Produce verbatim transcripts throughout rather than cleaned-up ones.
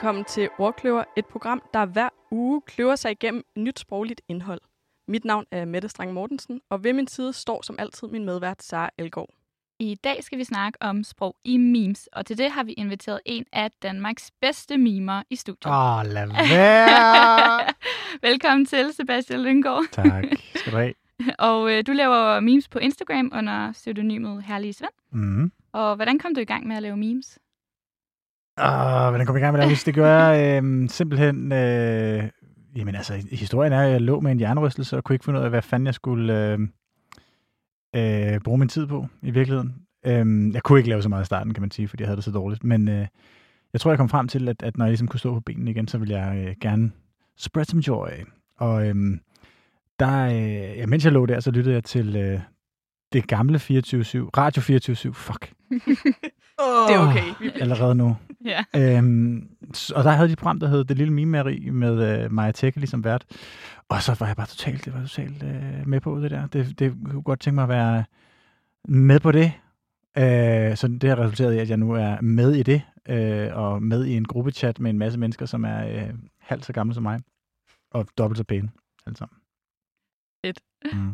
velkommen til Ordkløver, et program, der hver uge kløver sig igennem nyt sprogligt indhold. Mit navn er Mette Strang Mortensen, og ved min side står som altid min medvært, Sara Elgaard. I dag skal vi snakke om sprog i memes, og til det har vi inviteret en af Danmarks bedste mimer i studiet. Åh, oh, lad være! Velkommen til, Sebastian Lynggaard. Tak, skal du have. Og øh, du laver memes på Instagram under pseudonymet Herlige Svend. Mm. Og hvordan kom du i gang med at lave memes? Uh, hvordan kom jeg i gang med det? Det gjorde jeg øh, simpelthen... Øh, jamen altså, historien er, at jeg lå med en hjernerystelse og kunne ikke finde ud af, hvad fanden jeg skulle øh, øh, bruge min tid på i virkeligheden. Øh, jeg kunne ikke lave så meget i starten, kan man sige, fordi jeg havde det så dårligt. Men øh, jeg tror, jeg kom frem til, at, at når jeg ligesom kunne stå på benene igen, så ville jeg øh, gerne spread some joy. Og øh, der, øh, ja, mens jeg lå der, så lyttede jeg til øh, det gamle fireogtyve syv, Radio fireogtyve syv. Fuck. Oh, det er okay. Vi... Allerede nu. Ja. Øhm, og der havde de et program, der hed Det Lille Mimeri med øh, Maja Tekke ligesom vært. Og så var jeg bare totalt, det var totalt øh, med på det der. Det, det kunne godt tænke mig at være med på det. Øh, så det har resulteret i, at jeg nu er med i det. Øh, og med i en gruppechat med en masse mennesker, som er øh, halvt så gamle som mig. Og dobbelt så pæne. Alle sammen. Fedt. Mm.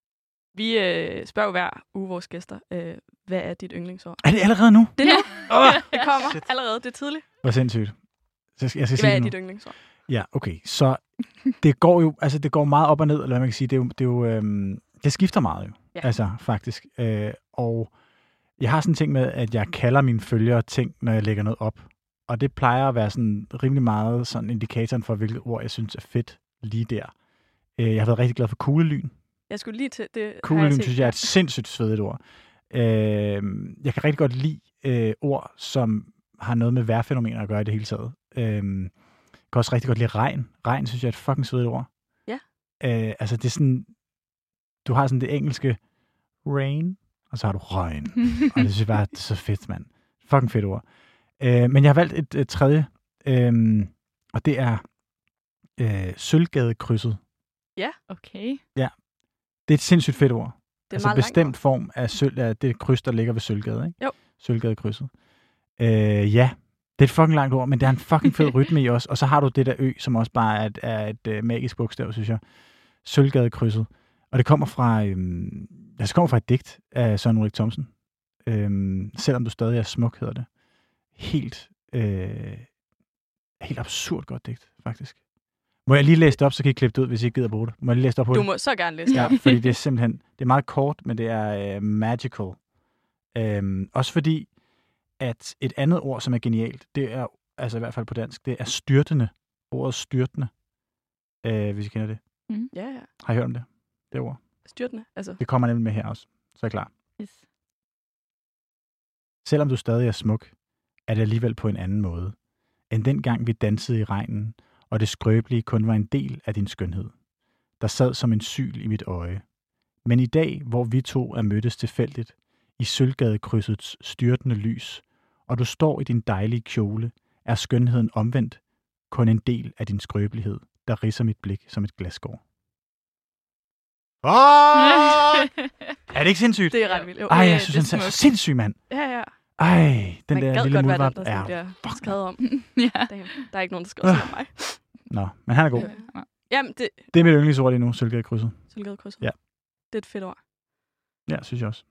Vi øh, spørger jo hver uge vores gæster, øh, hvad er dit yndlingsord? Er det allerede nu? Det er nu. Oh, det kommer shit. allerede. Det er tidligt. Hvor sindssygt. Jeg skal, jeg skal hvad sige er nu. dit yndlingsord? Ja, okay. Så det går jo, altså det går meget op og ned, eller hvad man kan sige. Det er jo, det er jo øhm, det skifter meget jo. Ja. Altså faktisk. Øh, og jeg har sådan en ting med, at jeg kalder mine følgere ting, når jeg lægger noget op. Og det plejer at være sådan rimelig meget sådan indikatoren for, hvilket ord jeg synes er fedt lige der. Øh, jeg har været rigtig glad for kuglelyn. Jeg skulle lige til det. Kuglelyn synes jeg er et sindssygt svedigt ord. Øh, jeg kan rigtig godt lide øh, ord, som har noget med vejrfænomener at gøre i det hele taget. Øh, jeg kan også rigtig godt lide regn. Regn synes jeg er et fucking svedigt ord. Ja. Øh, altså det er sådan, du har sådan det engelske rain, og så har du regn. Og det synes jeg bare er så fedt, mand. Fucking fedt ord. Øh, men jeg har valgt et, et tredje, øh, og det er øh, Sølvgadekrydset. Ja. Okay. Ja. Det er et sindssygt fedt ord. Det er altså meget bestemt langt form af sølv, af det kryds, der ligger ved Sølvgade, ikke? Jo. Sølvgadekrydset. Øh, ja, det er et fucking langt ord, men det er en fucking fed rytme i også. Og så har du det der ø, som også bare er et, er et uh, magisk bogstav, synes jeg. Sølvgadekrydset. Og det kommer fra, øhm, det kommer fra et digt af Søren Ulrik Thomsen. Øhm, selvom du stadig er smuk, hedder det. Helt, øh, helt absurd godt digt, faktisk. Må jeg lige læse det op, så kan I klippe det ud, hvis I ikke gider bruge det? Må jeg lige læse det op på Du det? må så gerne læse det. Ja, fordi det er simpelthen, det er meget kort, men det er øh, magical. Øhm, også fordi, at et andet ord, som er genialt, det er, altså i hvert fald på dansk, det er styrtende. Ordet styrtende, øh, hvis I kender det. Mm. Ja, ja. Har I hørt om det? Det ord. Styrtende, altså. Det kommer nemlig med her også, så er jeg klar. Yes. Selvom du stadig er smuk, er det alligevel på en anden måde, end dengang vi dansede i regnen, og det skrøbelige kun var en del af din skønhed, der sad som en syl i mit øje. Men i dag, hvor vi to er mødtes tilfældigt, i Sølvgadekrydsets styrtende lys, og du står i din dejlige kjole, er skønheden omvendt kun en del af din skrøbelighed, der ridser mit blik som et glasskår. Oh! Er det ikke sindssygt? Det er ret vildt. Jo, Ej, øh, jeg synes, det han er så sindssyg, mand. Ja, ja. Ej, den Man der gad lille godt være muldvarp den, der er... sådan bliver skrevet om. Ja. Damn, der er ikke nogen, der skriver sådan om mig. Nå, men han er god. Øh, Jamen, det... Det er mit yndlingsord lige nu, Sølvgadekrydset. Sølvgadekrydset. Ja. Det er et fedt ord. Ja, synes jeg også.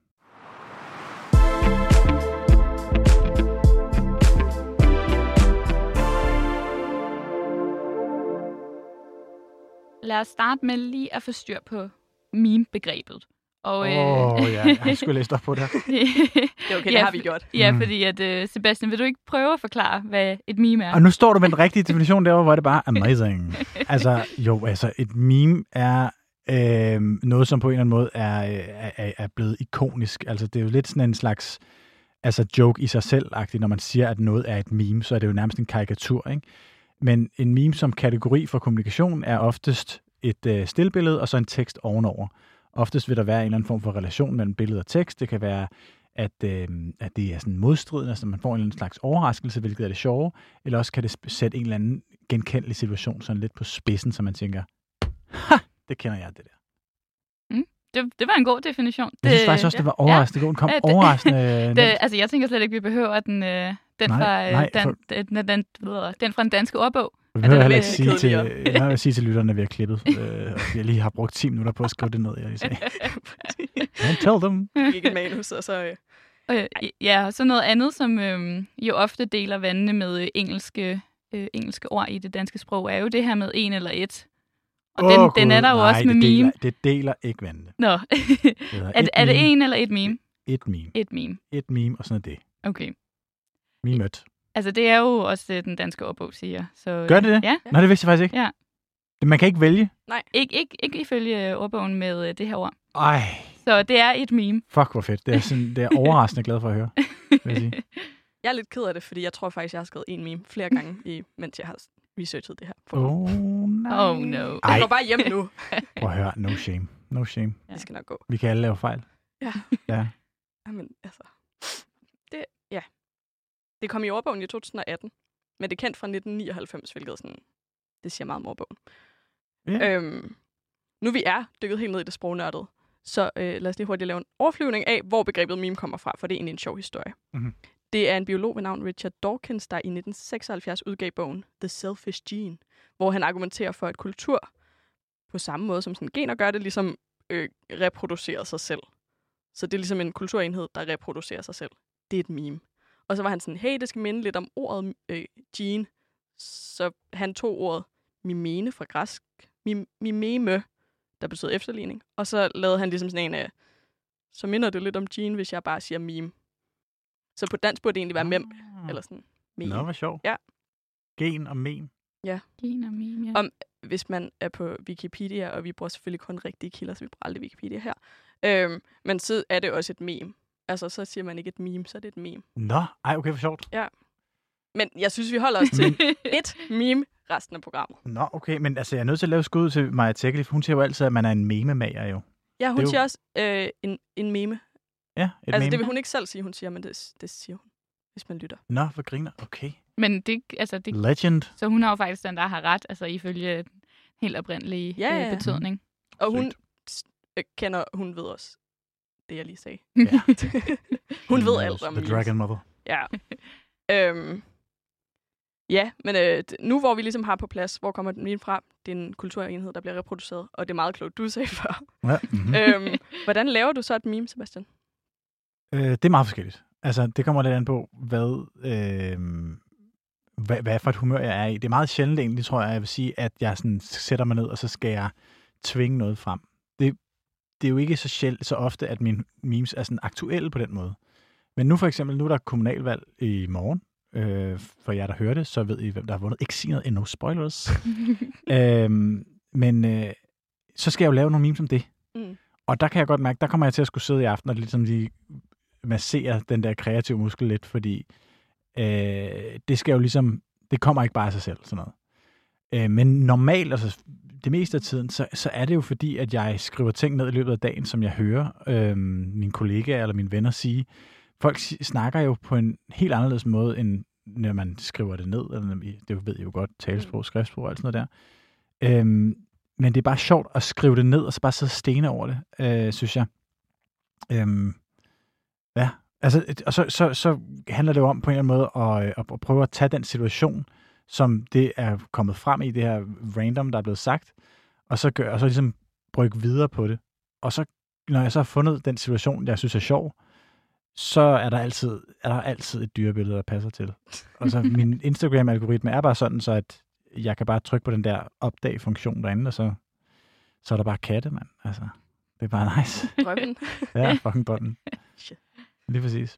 Lad os starte med lige at få styr på meme-begrebet. Åh oh, øh... ja, jeg skulle læse op på det. Det er okay, det ja, har vi gjort. Ja, Mm. fordi at, uh, Sebastian, vil du ikke prøve at forklare, hvad et meme er? Og nu står du med den rigtige definition derovre, hvor er det bare amazing. Altså, jo, altså, et meme er øh, noget, som på en eller anden måde er, er, er blevet ikonisk. Altså, det er jo lidt sådan en slags altså, joke i sig selv-agtigt. Når man siger, at noget er et meme, så er det jo nærmest en karikatur, ikke? Men en meme som kategori for kommunikation er oftest et øh, stillbillede og så en tekst ovenover. Oftest vil der være en eller anden form for relation mellem billede og tekst. Det kan være, at, øh, at det er sådan modstridende, så man får en eller anden slags overraskelse, hvilket er det sjove. Eller også kan det sætte en eller anden genkendelig situation sådan lidt på spidsen, så man tænker, ha, det kender jeg, det der. Mm. Det, det var en god definition. Jeg synes faktisk også, det var overraskende. Ja. Den kom Ja, det, overraskende. det, altså, jeg tænker slet ikke, vi behøver den, øh, Den, Nej, fra, øh, nej, den, for- den, den, den, den fra den danske ordbog. Jeg Er vil det heller lidt ikke sige til, kedeligere? jeg vil sige til lytterne, at vi har klippet. Øh, og jeg lige har brugt ti minutter på at skrive det ned, jeg lige sagde. Don't tell them. Ikke et manus, og så... Øh, Øh, ja, og så noget andet, som øh, jo ofte deler vandene med øh, engelske, øh, engelske ord i det danske sprog, er jo det her med en eller et. Og Åh, den, Gud, den er der jo nej, også med det deler, meme. det deler ikke vandene. Nå, Det hedder er, et er det meme, en eller et meme? Et meme. Et meme, Et meme, og sådan er det. okay. Memet. Altså, det er jo også det, den danske ordbog siger. Så, Gør det det? Ja, Nå, det vidste jeg faktisk ikke. Ja. Man kan ikke vælge? ikke, ikke, ikke ifølge ordbogen med øh, det her ord. Ej, Så det er et meme. fuck hvor fedt. Det er, sådan, det er overraskende glad for at høre, vil jeg sige. jeg er lidt ked af det, fordi jeg tror faktisk, jeg har skrevet en meme flere gange, i, mens jeg har researchet det her. program. Oh, nej. Oh no. Jeg Ej, går bare hjem nu. prøv at høre. No shame. No shame. Ja. Det skal nok gå. Vi kan alle lave fejl. Ja. Ja. Jamen, altså... Det, ja. Det kom i ordbogen i to tusind og atten, men det er kendt fra nitten nioghalvfems, hvilket sådan... Det siger meget om ordbogen. Ja. Øhm, nu vi er dykket helt ned i det sprognørdede, så øh, lad os lige hurtigt lave en overflyvning af, hvor begrebet meme kommer fra, for det er egentlig en sjov historie. Mhm. Det er en biolog ved navn Richard Dawkins, der i nitten seksoghalvfjerds udgav bogen The Selfish Gene, hvor han argumenterer for, at kultur på samme måde som sådan gener gør det, ligesom øh, reproducerer sig selv. Så det er ligesom en kulturenhed, der reproducerer sig selv. Det er et meme. Og så var han sådan, hey, det skal minde lidt om ordet øh, gene. Så han tog ordet mimene fra græsk, mim- mimeme, der betyder efterligning. Og så lavede han ligesom sådan en af, så minder det lidt om gene, hvis jeg bare siger meme. Så på dansk burde det egentlig være mem, eller sådan meme. Nå, hvor sjovt. Ja. Gen og meme. Gen og meme, ja. Om- Hvis man er på Wikipedia, og vi bruger selvfølgelig kun rigtige kilder, så vi bruger aldrig Wikipedia her. Øhm, men så er det også et meme. Altså, så siger man ikke et meme, så er det et meme. Nå, ej, okay, hvor sjovt. Men jeg synes, vi holder os til et meme resten af programmet. Nå, okay, men altså, jeg er nødt til at lave skud til Maja Tekeli, for hun siger jo altid, at man er en mememager jo. Ja, hun Det er jo- siger også øh, en, en meme. Ja, et Altså, meme. det vil hun ikke selv sige, hun siger, men det, det siger hun, hvis man lytter. Nå, hvor griner. Okay. Men det, altså, det, Legend. så hun har jo faktisk den, der har ret, altså ifølge den helt oprindelige Ja, ja, øh, ja. betydning. Og hun Sygt. s- øh, kender, hun ved også det, jeg lige sagde. Ja. Hun ved alt om The memes. Dragon Mother. Ja. øhm, ja, men øh, d- nu hvor vi ligesom har på plads, hvor kommer den meme fra? Det er en kulturenhed, der bliver reproduceret, og det er meget klogt, du sagde før. Ja. Mm-hmm. øhm, hvordan laver du så et meme, Sebastian? Øh, det er meget forskelligt. Altså, det kommer lidt an på, hvad, øh, hvad, hvad for et humør jeg er i. Det er meget sjældent egentlig, tror jeg, jeg vil sige, at jeg sådan sætter mig ned, og så skal jeg tvinge noget frem. Det, det er jo ikke så sjældent, så ofte, at mine memes er sådan aktuelle på den måde. Men nu for eksempel, nu er der kommunalvalg i morgen. Øh, for jer, der hører det, så ved I, hvem der har vundet. Ikke sige noget endnu, spoilers. øhm, men øh, så skal jeg jo lave nogle memes om det. Mm. Og der kan jeg godt mærke, der kommer jeg til at skulle sidde i aften og ligesom lige massere den der kreative muskel lidt, fordi øh, det skal jo ligesom, det kommer ikke bare af sig selv, sådan noget. Øh, men normalt, altså det meste af tiden, så, så er det jo fordi, at jeg skriver ting ned i løbet af dagen, som jeg hører øh, mine kollegaer eller mine venner sige. Folk snakker jo på en helt anderledes måde, end når man skriver det ned, eller det ved jeg jo godt, talesprog, skriftsprog og alt sådan noget der. Øhm, men det er bare sjovt at skrive det ned, og så bare sidde stene over det, øh, synes jeg. Øhm, ja, altså, og så, så, så handler det jo om på en eller anden måde at, at, at prøve at tage den situation, som det er kommet frem i, det her random, der er blevet sagt, og så, gør, og så ligesom brygge videre på det. Og så, når jeg så har fundet den situation, jeg synes er sjov, så er der altid, er der altid et dyrebillede, der passer til. Og så min Instagram-algoritme er bare sådan, så at jeg kan bare trykke på den der opdag-funktion derinde, og så, så er der bare katte, mand. Altså, det er bare nice. Drømmen. Ja, fucking bunden. Shit. Lige præcis.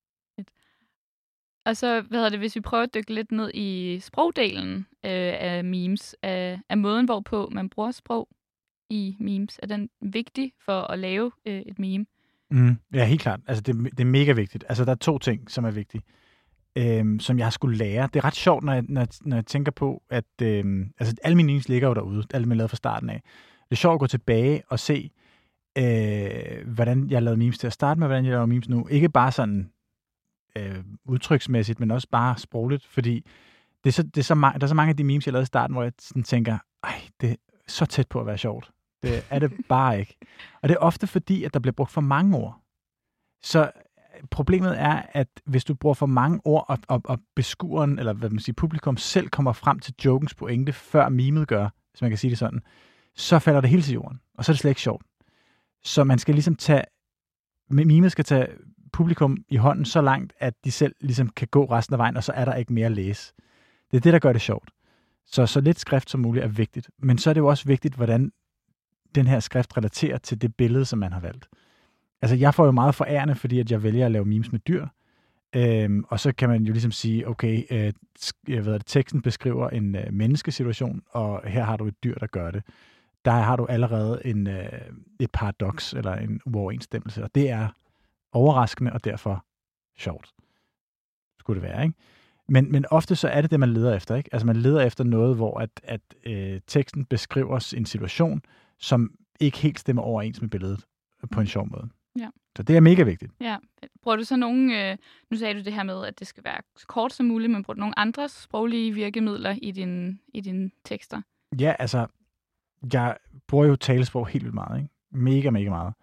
Og så, hvad hedder det, hvis vi prøver at dykke lidt ned i sprogdelen øh, af memes, af, af måden, hvorpå man bruger sprog i memes, er den vigtig for at lave øh, et meme? Mm, ja, helt klart. Altså, det, det er mega vigtigt. Altså, der er to ting, som er vigtige, øhm, som jeg har skulle lære. Det er ret sjovt, når jeg, når, når jeg tænker på, at øhm, altså, alle mine memes ligger jo derude. Alle mine lavet fra starten af. Det er sjovt at gå tilbage og se, øh, hvordan jeg lavede memes til at starte med, hvordan jeg laver memes nu. Ikke bare sådan øh, udtryksmæssigt, men også bare sprogligt, fordi det er så, det er så ma- der er så mange af de memes, jeg lavede i starten, hvor jeg sådan tænker, ej, det er så tæt på at være sjovt. Det er det bare ikke. Og det er ofte fordi, at der bliver brugt for mange ord. Så problemet er, at hvis du bruger for mange ord, og, og, og beskueren, eller hvad man siger, publikum selv kommer frem til jokens pointe, før mimet gør, hvis man kan sige det sådan, så falder det hele til jorden, og så er det slet ikke sjovt. Så man skal ligesom tage, mimet skal tage publikum i hånden så langt, at de selv ligesom kan gå resten af vejen, og så er der ikke mere at læse. Det er det, der gør det sjovt. Så så lidt skrift som muligt er vigtigt. Men så er det jo også vigtigt, hvordan den her skrift relaterer til det billede, som man har valgt. Altså, jeg får jo meget forærende, fordi at jeg vælger at lave memes med dyr. Øhm, og så kan man jo ligesom sige, okay, øh, jeg ved, at teksten beskriver en øh, menneskesituation, og her har du et dyr, der gør det. Der har du allerede en, øh, et paradoks, eller en uoverensstemmelse, og det er overraskende, og derfor sjovt. Skulle det være, ikke? Men, men ofte så er det det, man leder efter, ikke? Altså, man leder efter noget, hvor at, at øh, teksten beskriver en situation, som ikke helt stemmer overens med billedet på en sjov måde. Ja. Så det er mega vigtigt. Ja. Bruger du så nogle, øh, nu sagde du det her med, at det skal være så kort som muligt, men bruger du nogle andre sproglige virkemidler i, din, i dine tekster? Ja, altså, jeg bruger jo talesprog helt vildt meget, ikke? Mega, mega meget.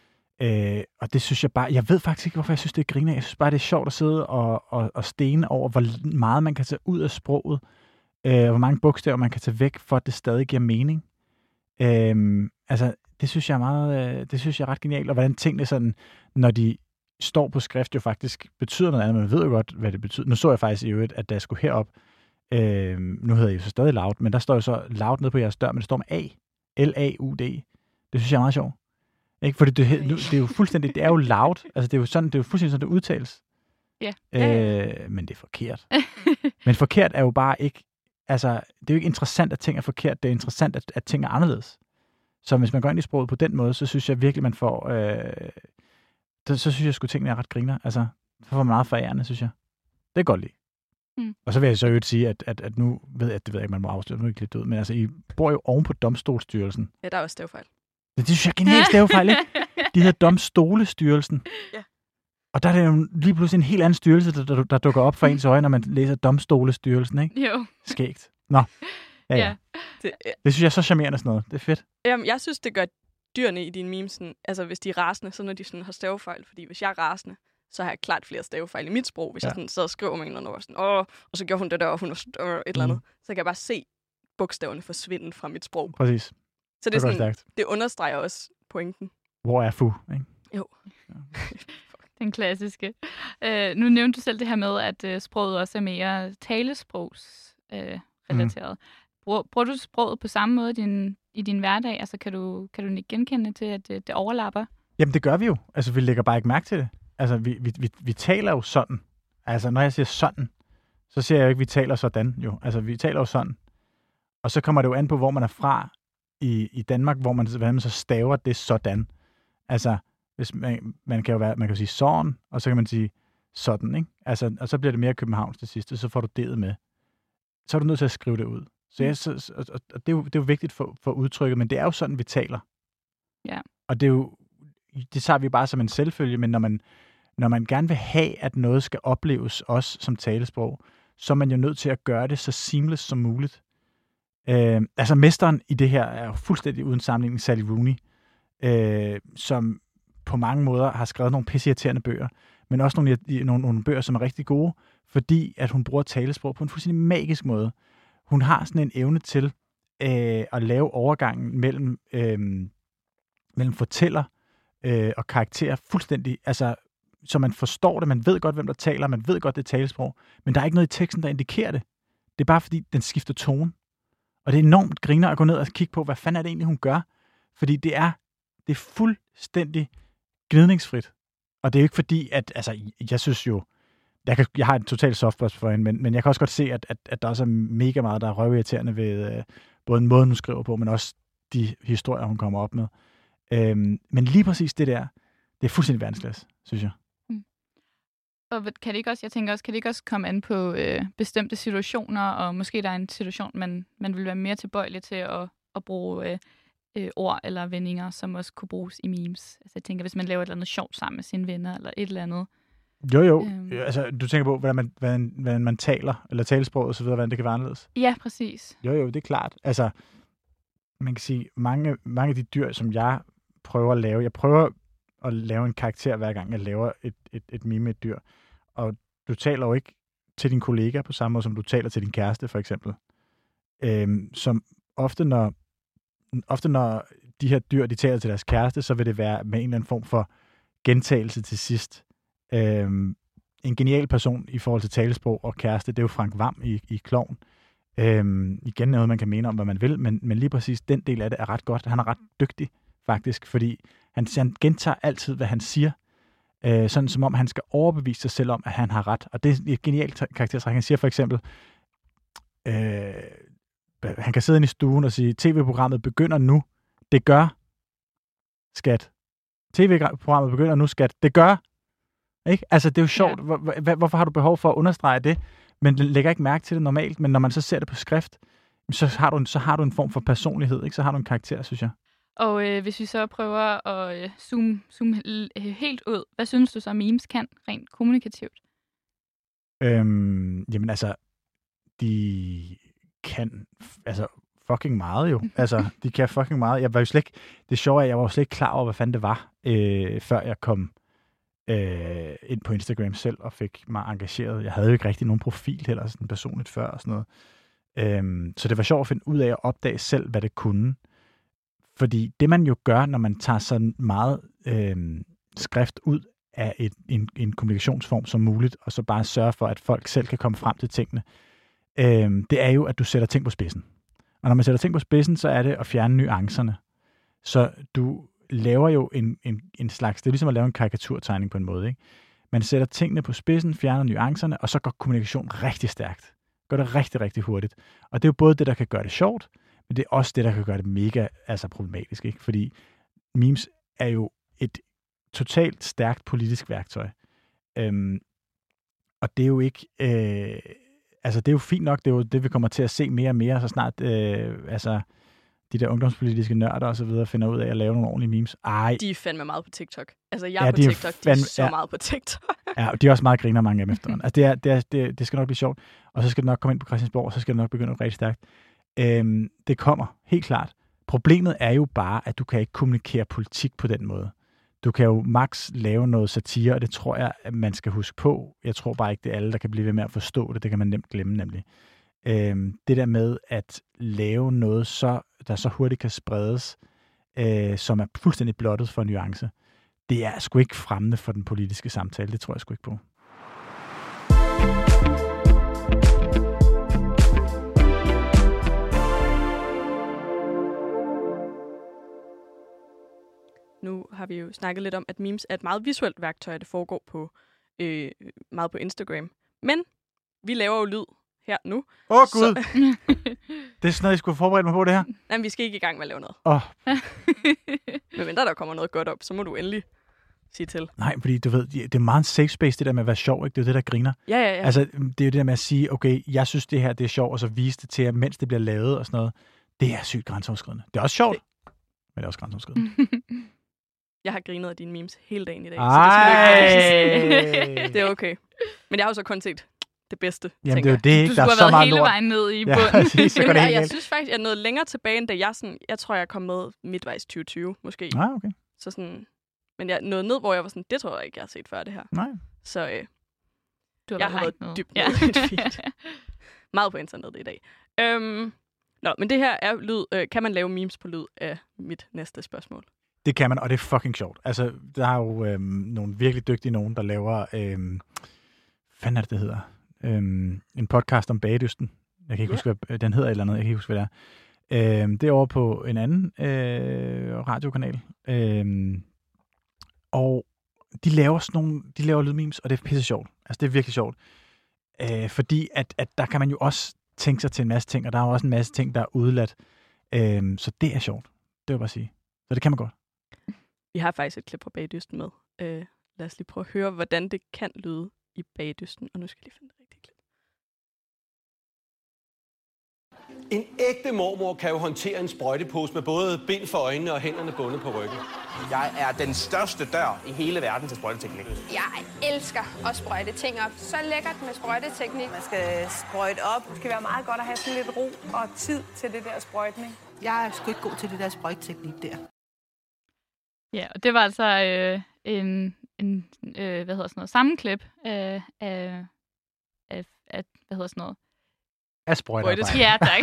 Øh, og det synes jeg bare, jeg ved faktisk ikke, hvorfor jeg synes, det er griner. Jeg synes bare, det er sjovt at sidde og, og, og stene over, hvor meget man kan tage ud af sproget, øh, hvor mange bogstaver man kan tage væk, for at det stadig giver mening. Øh, altså, det synes jeg er meget, øh, det synes jeg er ret genialt, og hvordan tingene sådan, når de står på skrift, jo faktisk betyder noget andet. Man ved jo godt, hvad det betyder. Nu så jeg faktisk i øvrigt, at da jeg skulle herop, øh, nu hedder jeg jo så stadig Loud, men der står jo så Loud nede på jeres dør, men det står med A. L A U D. Det synes jeg er meget sjovt. Ikke? Fordi det, det, det er jo fuldstændig, det er jo loud. Altså det er jo sådan, det er jo fuldstændig sådan, det udtales. Ja. Yeah. Øh, men det er forkert. Men forkert er jo bare ikke, altså det er jo ikke interessant, at ting er forkert. Det er interessant, at, at ting er anderledes. Så hvis man går ind i sproget på den måde, så synes jeg virkelig, man får, øh, så, så synes jeg sgu, tingene er ret griner. Altså, så får man meget forærende, synes jeg. Det er godt lide. Mm. Og så vil jeg så øvrigt sige, at, at, at nu ved jeg, at det ved jeg ikke, man må afsløre, nu er ikke lidt død, men altså, I bor jo oven på Domstolsstyrelsen. Ja, der er også stavefejl. Det synes jeg er genialt stavefejl, ikke? De hedder Domstolestyrelsen. Ja. Og der er det jo lige pludselig en helt anden styrelse, der, der, der dukker op for ens øjne, når man læser Domstolestyrelsen, ikke? Jo. Skægt. Nå. Ja, ja. ja. Det, ja. Det synes jeg er så charmerende sådan noget. Det er fedt. Jamen, jeg synes, det gør dyrene i dine memes, sådan, altså hvis de er rasende, så når de sådan har stavefejl. Fordi hvis jeg er rasende, så har jeg klart flere stavefejl i mit sprog. Hvis ja. jeg sådan sidder og skriver med en eller anden, og sådan, åh, og så gjorde hun det der, og hun var øh, et eller andet. Mm. Så kan jeg bare se bogstaverne forsvinde fra mit sprog. Præcis. Så det, er sådan, det understreger også pointen. Hvor er fu, ikke? Jo. Ja. Den klassiske. Uh, nu nævnte du selv det her med, at uh, sproget også er mere talesprogsrelateret. Uh, mm. Bruger, bruger du sproget på samme måde i din, i din hverdag? Altså, kan du, kan du ikke genkende til, at det, det overlapper? Jamen, det gør vi jo. Altså, vi lægger bare ikke mærke til det. Altså, vi, vi, vi, vi taler jo sådan. Altså, når jeg siger sådan, så siger jeg jo ikke, at vi taler sådan, jo. Altså, vi taler jo sådan. Og så kommer det jo an på, hvor man er fra i, i Danmark, hvor man, hvordan man så staver det sådan. Altså, hvis man, man kan jo være, man kan jo sige sådan, og så kan man sige sådan, ikke? Altså, og så bliver det mere Københavns til sidst, og så får du det med. Så er du nødt til at skrive det ud. Så, jeg, så og, og det, er jo, det er jo vigtigt for, for udtrykket, men det er jo sådan, vi taler. Ja. Og det er jo, det tager vi bare som en selvfølge, men når man, når man gerne vil have, at noget skal opleves også som talesprog, så er man jo nødt til at gøre det så seamless som muligt. Øh, altså mesteren i det her er jo fuldstændig uden sammenligning Sally Rooney, øh, som på mange måder har skrevet nogle pisseirriterende bøger, men også nogle, nogle, nogle bøger, som er rigtig gode, fordi at hun bruger talesprog på en fuldstændig magisk måde. Hun har sådan en evne til øh, at lave overgangen mellem, øh, mellem fortæller øh, og karakter fuldstændig, altså så man forstår det, man ved godt, hvem der taler, man ved godt, det er talesprog, men der er ikke noget i teksten, der indikerer det. Det er bare fordi, den skifter tone. Og det er enormt griner at gå ned og kigge på, hvad fanden er det egentlig, hun gør? Fordi det er, det er fuldstændig gnidningsfrit. Og det er jo ikke fordi, at, altså, jeg synes jo, jeg, kan, jeg har en total softbox for hende, men, men jeg kan også godt se, at, at, at der også er mega meget, der er røvirriterende ved øh, både en måde, hun skriver på, men også de historier, hun kommer op med. Øhm, men lige præcis det der, det er fuldstændig verdensklasse, synes jeg. Mm. Og kan det ikke også, jeg tænker også, kan det ikke også komme an på øh, bestemte situationer, og måske der er en situation, man, man vil være mere tilbøjelig til at, at bruge øh, øh, ord eller vendinger, som også kunne bruges i memes. Altså jeg tænker, hvis man laver et eller andet sjovt sammen med sine venner, eller et eller andet. Jo, jo. Øhm. Altså, du tænker på, hvordan man, hvordan, hvordan man taler, eller talesprog og så videre, hvordan det kan være anderledes? Ja, præcis. Jo, jo, det er klart. Altså, man kan sige, mange, mange af de dyr, som jeg prøver at lave, jeg prøver at lave en karakter, hver gang jeg laver et, et, et meme med et dyr. Og du taler jo ikke til din kollega på samme måde, som du taler til din kæreste, for eksempel. Øhm, som ofte når, ofte når de her dyr, de taler til deres kæreste, så vil det være med en eller anden form for gentagelse til sidst. Øhm, en genial person i forhold til talesprog og kæreste, det er jo Frank Hvam i, i Klovn. Øhm, igen noget, man kan mene om, hvad man vil, men, men lige præcis den del af det er ret godt. Han er ret dygtig, faktisk, fordi han, han gentager altid, hvad han siger, øh, sådan som om han skal overbevise sig selv om, at han har ret. Og det er et genialt karaktertræk. Han siger for eksempel, øh, han kan sidde inde i stuen og sige, tv-programmet begynder nu. Det gør, skat. T V-programmet begynder nu, skat. Det gør. Ikke? Altså, det er jo sjovt. Ja. Hvor, hvor, hvorfor har du behov for at understrege det? Men det lægger ikke mærke til det normalt. Men når man så ser det på skrift, så har du en, så har du en form for personlighed. Ikke? Så har du en karakter, synes jeg. Og øh, hvis vi så prøver at øh, zoome, zoome helt ud, hvad synes du så, memes kan rent kommunikativt? Øhm, jamen altså, de kan altså fucking meget jo. Altså, de kan fucking meget. Jeg var jo slet ikke, det sjove er, at jeg var jo slet ikke klar over, hvad fanden det var, øh, før jeg kom øh, ind på Instagram selv og fik mig engageret. Jeg havde jo ikke rigtig nogen profil heller, sådan personligt før og sådan noget. Øhm, så det var sjovt at finde ud af at opdage selv, hvad det kunne. Fordi det, man jo gør, når man tager så meget øh, skrift ud af et, en, en kommunikationsform som muligt, og så bare sørge for, at folk selv kan komme frem til tingene, øh, det er jo, at du sætter ting på spidsen. Og når man sætter ting på spidsen, så er det at fjerne nuancerne. Så du laver jo en, en, en slags, det er ligesom at lave en karikaturtegning på en måde, ikke? Man sætter tingene på spidsen, fjerner nuancerne, og så går kommunikation rigtig stærkt. Gør det rigtig, rigtig hurtigt. Og det er jo både det, der kan gøre det sjovt, men det er også det, der kan gøre det mega altså problematisk, ikke? Fordi memes er jo et totalt stærkt politisk værktøj. Øhm, og det er jo ikke... Øh, altså, det er jo fint nok, det er jo det, vi kommer til at se mere og mere, så snart øh, altså, de der ungdomspolitiske nørder og så videre finder ud af at lave nogle ordentlige memes. Ej. De er fandme meget på TikTok. Altså, jeg er ja, på de TikTok, er fandme, de er så ja. meget på TikTok. Ja, og de er også meget griner, mange af dem efterhånden. Altså, det, er, det, er, det, det skal nok blive sjovt, og så skal det nok komme ind på Christiansborg, og så skal det nok begynde rigtig stærkt. Øhm, det kommer, helt klart. Problemet er jo bare, at du kan ikke kommunikere politik på den måde. Du kan jo max lave noget satire, og det tror jeg, at man skal huske på. Jeg tror bare ikke, det er alle, der kan blive ved med at forstå det. Det kan man nemt glemme, nemlig. Øhm, det der med at lave noget, så, der så hurtigt kan spredes, øh, som er fuldstændig blottet for nuance, det er sgu ikke fremmende for den politiske samtale. Det tror jeg sgu ikke på. Nu har vi jo snakket lidt om, at memes er et meget visuelt værktøj, det foregår på øh, meget på Instagram. Men vi laver jo lyd her nu. Åh, oh, Gud! Det er sådan noget, jeg skulle forberede mig på, det her. Jamen, vi skal ikke i gang med at lave noget. Åh. Oh. Men mindre der kommer noget godt op, så må du endelig sige til. Nej, fordi du ved, det er meget en safe space, det der med at være sjov, ikke? Det er jo det, der griner. Ja, ja, ja. Altså, det er jo det der med at sige, okay, jeg synes, det her det er sjovt, og så vise det til jer, mens det bliver lavet og sådan noget. Det er sygt grænseoverskridende. Det er også sjovt, det... men det er også grænseoverskridende. Jeg har grinet af dine memes hele dagen i dag, Ej. så det skal du ikke. Det er okay. Men jeg har jo så kun set det bedste, Jamen, det er jo det, ikke? Du der skulle er så have været meget hele lort. vejen ned i Ja, bunden. præcis, så går det jeg, helt jeg galt. synes faktisk, jeg er noget længere tilbage, end da jeg sådan... Jeg tror, jeg kom med midtvejs tyve tyve, måske. Nej, okay. Så sådan... Men jeg nåede ned, hvor jeg var sådan, det tror jeg ikke, jeg har set før, det her. Nej. Så øh, Du har jeg har været ned. dybt nede i et feed. Meget på internettet i dag. Øhm, nå, men det her er lyd. Øh, kan man lave memes på lyd af mit næste spørgsmål? Det kan man, og det er fucking sjovt. Altså, der er jo øhm, nogle virkelig dygtige nogen, der laver... Øhm, hvad fanden er det, det hedder? Øhm, en podcast om Bagedysten. Jeg kan ikke yeah. huske, hvad den hedder eller andet. Jeg kan ikke huske, hvad det er. Øhm, det er over på en anden øh, radiokanal. Øhm, og de laver sådan nogle... De laver lydmemes, og det er pisse sjovt. Altså, det er virkelig sjovt. Øh, fordi at, at der kan man jo også tænke sig til en masse ting, og der er jo også en masse ting, der er udeladt. Øhm, så det er sjovt. Det vil jeg bare sige. Så det kan man godt. Vi har faktisk et klip fra Bagdysten med. Øh, lad os lige prøve at høre, hvordan det kan lyde i Bagdysten. Og nu skal jeg lige finde det rigtige klip. En ægte mormor kan jo håndtere en sprøjtepose med både bind for øjnene og hænderne bundet på ryggen. Jeg er den største dør i hele verden til sprøjteteknik. Jeg elsker at sprøjte ting op. Så lækkert med sprøjteteknik. Man skal sprøjte op. Det skal være meget godt at have sådan lidt ro og tid til det der sprøjtning. Jeg er sgu ikke god til det der sprøjteteknik der. Ja, og det var altså øh, en, en øh, hvad hedder sådan noget, sammenklip af, af, af, af, hvad hedder sådan noget? Af sprøjtearbejde. Ja, tak.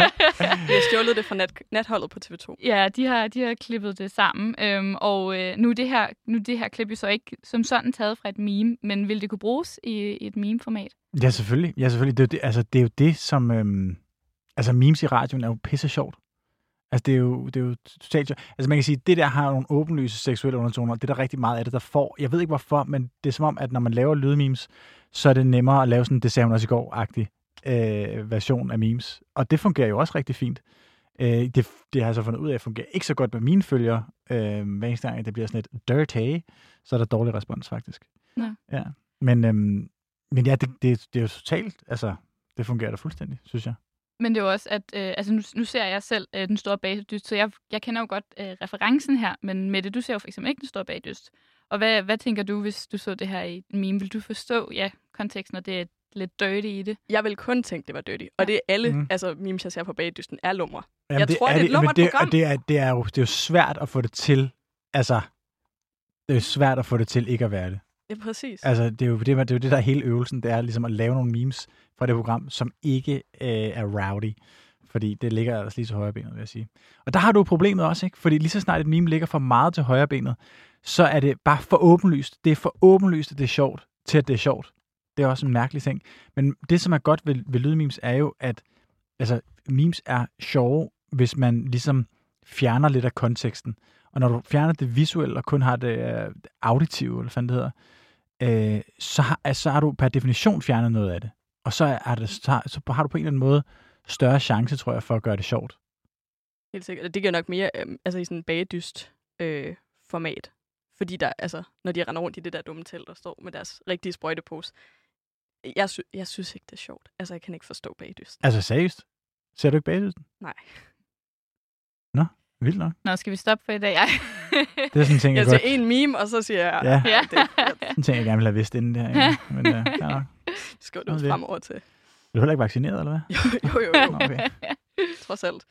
Vi har stjålet det fra nat, natholdet på T V to. Ja, de har, de har klippet det sammen. Øhm, og øh, nu, er det her, nu er det her klip jo så ikke som sådan taget fra et meme, men vil det kunne bruges i, i et meme-format? Ja, selvfølgelig. Ja, selvfølgelig. Det er jo det, altså, det, er jo det som... Øhm, altså, memes i radioen er jo pisse sjovt. Altså, det er jo, det er jo totalt sjovt. Altså, man kan sige, at det der har nogle åbenlyse seksuelle undertoner. Det er der rigtig meget af det, der får. Jeg ved ikke hvorfor, men det er som om, at når man laver lydmemes, så er det nemmere at lave sådan, det sagde hun også i går-agtigt øh, version af memes. Og det fungerer jo også rigtig fint. Øh, det, det har jeg så fundet ud af, at fungerer ikke så godt med mine følgere. Øh, hver eneste gang, det bliver sådan et dirty, så er der dårlig respons, faktisk. Ja. Ja. Men, øhm, men ja, det, det, det er jo totalt, altså, det fungerer da fuldstændig, synes jeg. Men det er jo også, at øh, altså nu, nu ser jeg selv øh, Den Store Bagdyst, så jeg, jeg kender jo godt øh, referencen her, men Mette, du ser jo for eksempel ikke Den Store Bagdyst. Og hvad, hvad tænker du, hvis du så det her i en meme? Vil du forstå, ja, konteksten, og det er lidt dirty i det? Jeg vil kun tænke, det var dirty. Og det er alle, mm. altså memes, jeg ser på Bagdysten, er lumre. Jamen, jeg det tror, er det er et lummert det, program. Det er, det, er jo, det er jo svært at få det til, altså, det er jo svært at få det til ikke at være det. Ja, præcis. Altså, det er jo det, det, er jo det der hele øvelsen, det er ligesom at lave nogle memes fra det program, som ikke øh, er rowdy. Fordi det ligger altså lige til højre benet, vil jeg sige. Og der har du problemet også, ikke? Fordi lige så snart et meme ligger for meget til højre benet, så er det bare for åbenlyst. Det er for åbenlyst, at det er sjovt, til at det er sjovt. Det er også en mærkelig ting. Men det, som er godt ved, ved lydmemes, er jo, at altså, memes er sjove, hvis man ligesom fjerner lidt af konteksten. Og når du fjerner det visuelle og kun har det uh, auditive, eller hvad det hedder, øh, så, har, så har du per definition fjernet noget af det. Og så, er det, så, har, så har du på en eller anden måde større chance, tror jeg, for at gøre det sjovt. Helt sikkert. Det giver nok mere øh, altså i sådan en bagdyst øh, format. Fordi der, altså, når de render rundt i det der dumme telt og står med deres rigtige sprøjtepose. Jeg, sy- jeg synes ikke, det er sjovt. Altså, jeg kan ikke forstå bagdysten. Altså, seriøst? Ser du ikke bagdysten? Nej. Nå, vildt nok. Nå, skal vi stoppe for i dag? Det er sådan en ting, jeg, jeg godt... ser en meme, og så siger jeg... Ja, ja. Det, sådan en ting, jeg gerne vil have vidst inden det her. Men uh, ja nok. Skal du fremover til? Er du heller ikke vaccineret, eller hvad? Jo, jo, jo. jo. Nå, okay. Trods alt.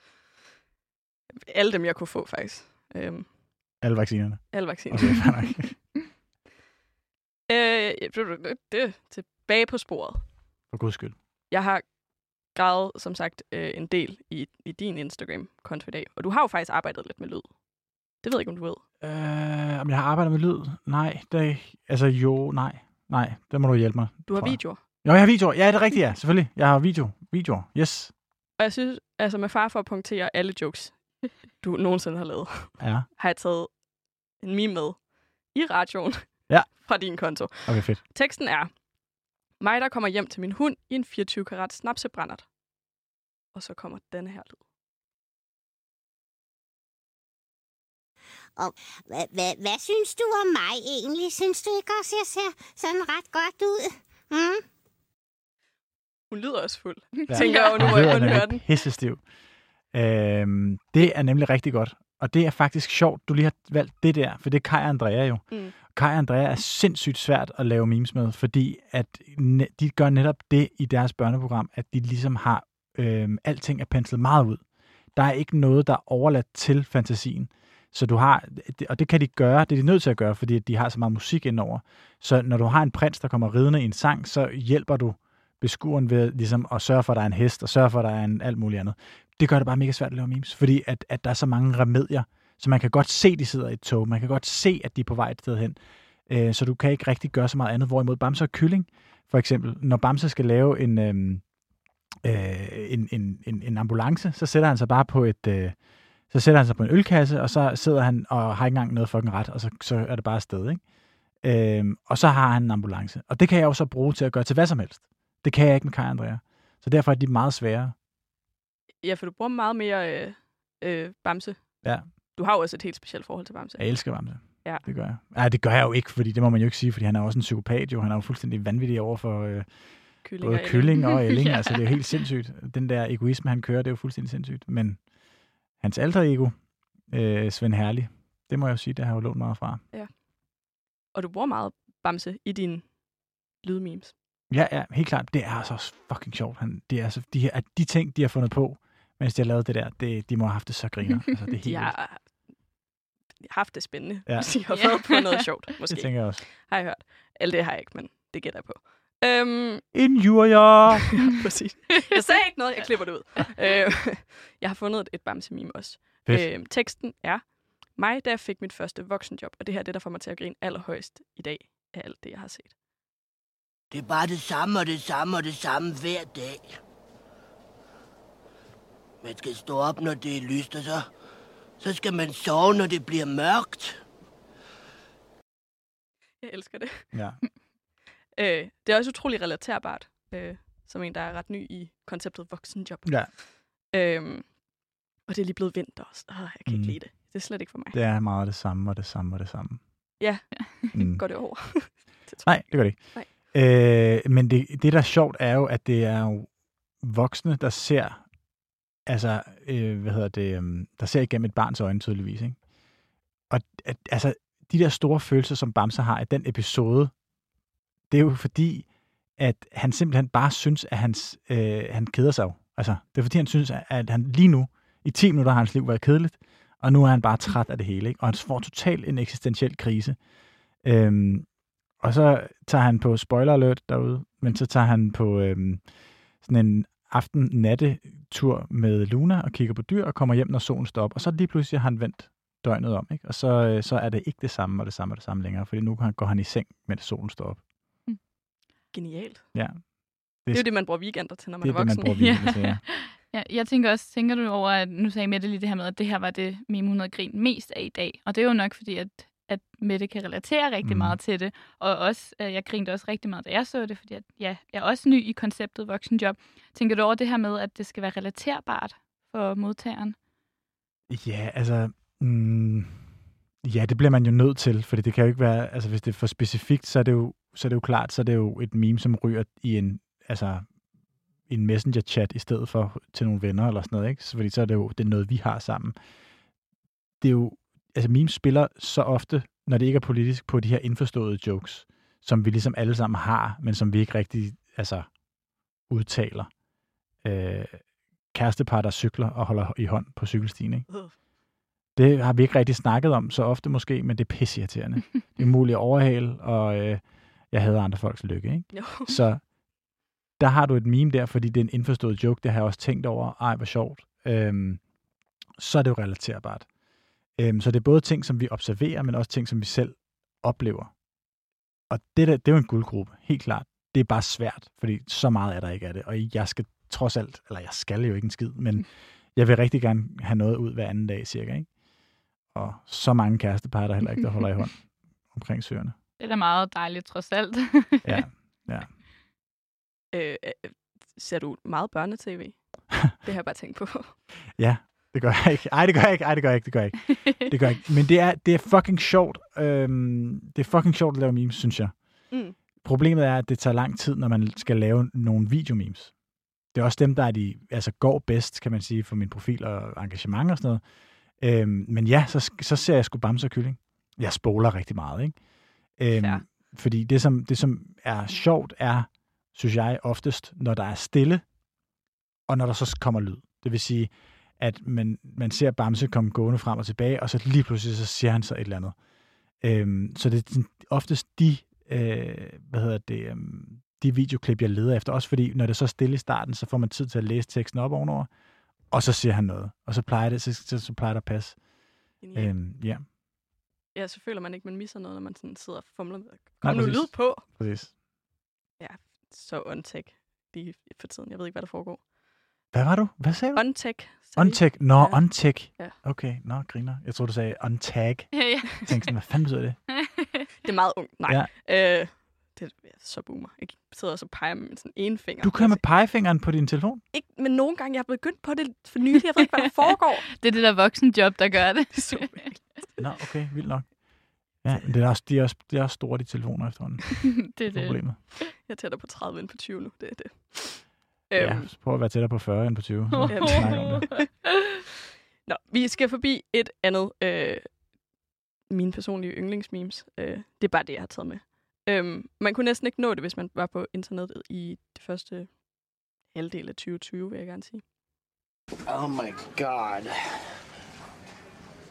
Alle dem, jeg kunne få, faktisk. Øhm, alle vaccinerne? Alle vaccinerne. Okay, fair nok. øh, det er tilbage på sporet. For guds skyld. Jeg har gravet, som sagt, øh, en del i, i din Instagram-konto i dag. Og du har jo faktisk arbejdet lidt med lyd. Det ved jeg ikke, om du ved. Øh, om jeg har arbejdet med lyd? Nej. Det, altså jo, nej. Nej, der må du hjælpe mig. Du har videoer. Jo, jeg har videoer. Ja, det er rigtigt, ja. Selvfølgelig. Jeg har video. Videoer. Yes. Og jeg synes, altså med far for at punktere alle jokes, du nogensinde har lavet, ja. har jeg taget en meme med i radioen ja. fra din konto. Okay, fedt. Teksten er, mig der kommer hjem til min hund i en fireogtyve karat snapsebrændert. Og så kommer denne her lyd. Og hvad, hvad, hvad synes du om mig egentlig? Synes du ikke også, jeg ser sådan ret godt ud? Mm? Hun lyder også fuld. Ja. Tænker jeg jo nu, hvor jeg kun hører den. Pissestiv. Øhm, det er nemlig rigtig godt. Og det er faktisk sjovt, du lige har valgt det der, for det er Kaj og Andrea jo. Mm. Kaj og Andrea er sindssygt svært at lave memes med, fordi at de gør netop det i deres børneprogram, at de ligesom har øhm, alting er penslet meget ud. Der er ikke noget, der er overladt til fantasien. Så du har, og det kan de gøre, det er de nødt til at gøre, fordi de har så meget musik indover. Så når du har en prins, der kommer ridende i en sang, så hjælper du beskueren ved ligesom at sørge for, at der er en hest, og sørge for, at der er en alt muligt andet. Det gør det bare mega svært at lave memes, fordi at, at der er så mange remedier, så man kan godt se, at de sidder i et tog, man kan godt se, at de er på vej et sted hen. Øh, så du kan ikke rigtig gøre så meget andet, hvorimod Bamse og Kylling, for eksempel, når Bamse skal lave en, øh, en, en, en, en ambulance, så sætter han sig bare på et... Øh, Så sætter han sig på en ølkasse, og så sidder han og har ikke engang noget fucking ret, og så, så er det bare afsted, ikke? Øhm, og så har han en ambulance. Og det kan jeg jo så bruge til at gøre til hvad som helst. Det kan jeg ikke med Kaj og Andrea. Så derfor er de meget svære. Ja, for du bruger meget mere øh, øh, Bamse. Ja. Du har jo også et helt specielt forhold til Bamse. Jeg elsker Bamse. Ja. Det gør jeg. Nej, det gør jeg jo ikke, fordi det må man jo ikke sige, fordi han er også en psykopat, jo. Han er jo fuldstændig vanvittig over for øh, kylling både og kylling og ælling. ja. Altså, det er jo helt sindssygt. Den der egoisme, han kører, det er jo fuldstændig sindssygt. Men hans alter ego, øh, Svend Herlig, det må jeg jo sige, det har jeg jo lånt meget fra. Ja. Og du bruger meget Bamse i dine lydmemes. Ja, ja, helt klart. Det er altså fucking sjovt. Han, det er altså, de, her, de ting, de har fundet på, mens de har lavet det der, det, de må have haft det så griner. Altså, det er helt ja, haft det spændende. Ja. De har fået på noget sjovt, måske. Det tænker jeg også. Har jeg hørt. Eller det har jeg ikke, men det gætter jeg på. Øhm, Injurier! Præcis. Jeg sagde ikke noget, jeg klipper det ud. øh, jeg har fundet et, et bamsememe også. Øh, teksten er, mig, da jeg fik mit første voksenjob, og det her er det, der får mig til at grine allerhøjst i dag af alt det, jeg har set. Det er bare det samme og det samme og det samme hver dag. Man skal stå op, når det er lyst, og så, så skal man sove, når det bliver mørkt. Jeg elsker det. Ja. øh, det er også utrolig relaterbart, øh, som en, der er ret ny i konceptet voksenjob. Ja. Øhm, og det er lige blevet vinter også. Oh, jeg kan Mm. ikke lide det. Det er slet ikke for mig. Det er meget det samme og det samme og det samme. Ja, Mm. går det over? det Nej, det gør det ikke. Nej. Øh, men det, det, der er sjovt, er jo, at det er jo voksne, der ser, altså, øh, hvad hedder det, um, der ser igennem et barns øjne tydeligvis, ikke? Og at, altså, de der store følelser, som Bamse har i den episode, det er jo fordi, at han simpelthen bare synes, at hans, øh, han keder sig jo. Altså, det er fordi, han synes, at han lige nu, i ti minutter har hans liv været kedeligt, og nu er han bare træt af det hele, ikke? Og han får totalt en eksistentiel krise. Øhm, og så tager han på spoiler alert derude, men så tager han på øhm, sådan en aften-natte-tur med Luna og kigger på dyr og kommer hjem, når solen står op. Og så lige pludselig har han vendt døgnet om, ikke? Og så, øh, så er det ikke det samme og det samme og det samme længere, fordi nu går han i seng, mens solen står op. Mm. Genialt. Ja. Det, det er jo det, man bruger weekender til, når man det er voksen. Det er det, man bruger weekender til, ja. Ja, jeg tænker også, tænker du over, at nu sagde Mette lige det her med, at det her var det, meme hun havde grint mest af i dag. Og det er jo nok fordi, at, at Mette kan relatere rigtig mm. meget til det. Og også, øh, jeg grinte også rigtig meget, da jeg så det, fordi at, ja, jeg er også ny i konceptet voksenjob. Tænker du over det her med, at det skal være relaterbart for modtageren? Ja, altså... Mm, ja, det bliver man jo nødt til, fordi det kan jo ikke være... Altså, hvis det er for specifikt, så er det jo, så er det jo klart, så er det jo et meme, som ryger i en... Altså, en messenger-chat i stedet for til nogle venner eller sådan noget, ikke? Fordi så er det jo det er noget, vi har sammen. Det er jo, altså memes spiller så ofte, når det ikke er politisk, på de her indforståede jokes, som vi ligesom alle sammen har, men som vi ikke rigtig, altså, udtaler. Øh, kærestepar, der cykler og holder i hånd på cykelstien, ikke? Det har vi ikke rigtig snakket om så ofte måske, men det er pisseirriterende. Det er muligt at overhale, og øh, jeg hader andre folks lykke, ikke? Jo. Så der har du et meme der, fordi det er en indforstået joke, det har jeg også tænkt over, ej, hvor sjovt. Øhm, så er det jo relaterbart. Øhm, så det er både ting, som vi observerer, men også ting, som vi selv oplever. Og det, der, det er jo en guldgruppe, helt klart. Det er bare svært, fordi så meget er der ikke af det. Og jeg skal trods alt, eller jeg skal jo ikke en skid, men jeg vil rigtig gerne have noget ud hver anden dag, cirka, ikke? Og så mange kærestepar, der heller ikke, der holder i hånd omkring søerne. Det er da meget dejligt, trods alt. Ja, ja. Øh, ser du meget børnetv? Det har jeg bare tænkt på. Ja, det gør jeg ikke. Ej, det gør jeg ikke. Ej, det gør jeg ikke. Det gør jeg ikke. Det gør jeg ikke. Men det er, det er fucking sjovt. Øhm, det er fucking sjovt at lave memes, synes jeg. Mm. Problemet er, at det tager lang tid, når man skal lave nogle videomemes. Det er også dem, der er de, altså går bedst, kan man sige, for min profil og engagement og sådan noget. Øhm, men ja, så, så ser jeg sgu Bamse og Kylling. Jeg spoler rigtig meget, ikke? Øhm, ja. Fordi det som, det, som er sjovt, er, synes jeg, oftest, når der er stille, og når der så kommer lyd. Det vil sige, at man, man ser Bamse komme gående frem og tilbage, og så lige pludselig, så siger han så et eller andet. Øhm, så det er oftest de, øh, hvad hedder det, øhm, de videoklip, jeg leder efter. Også fordi, når det er så stille i starten, så får man tid til at læse teksten op ovenover, og så siger han noget. Og så plejer det, så, så, så plejer det at passe. Øhm, ja. Ja, så føler man ikke, man misser noget, når man sådan sidder og fumler med. Kom nu lyd på. Præcis. Ja, så on-tech lige for tiden. Jeg ved ikke, hvad der foregår. Hvad var du? Hvad sagde du? On-tech. On-tech. Nå, ja. on-tech. Ja. Okay, nå, griner. Jeg tror du sagde on-tag. Ja, ja. Jeg tænkte sådan, hvad fanden betyder det? Det er meget ungt. Nej. Ja. Øh, det er så boomer. Jeg sidder også og peger med sådan en finger. Du kører med pegefingeren på din telefon? Ikke, men nogle gange, jeg har begyndt på det for nylig. Jeg ved ikke, hvad der foregår. Det er det der voksenjob, der gør det. Det er så Nå, okay, vildt nok. Ja, men det er også, de, er også, de er også store, de telefoner efterhånden. Det er det. Problemet. Jeg tætter på tredive end på tyve nu. Det er det. Ja, øhm. så prøv at være tættere på fyrre end på tyve. Så kan vi snakke om det. Nå, vi skal forbi et andet, øh, mine personlige yndlingsmemes. Øh, det er bare det, jeg har taget med. Øhm, man kunne næsten ikke nå det, hvis man var på internettet i det første halvdel af tyve tyve, vil jeg gerne sige. Oh my god.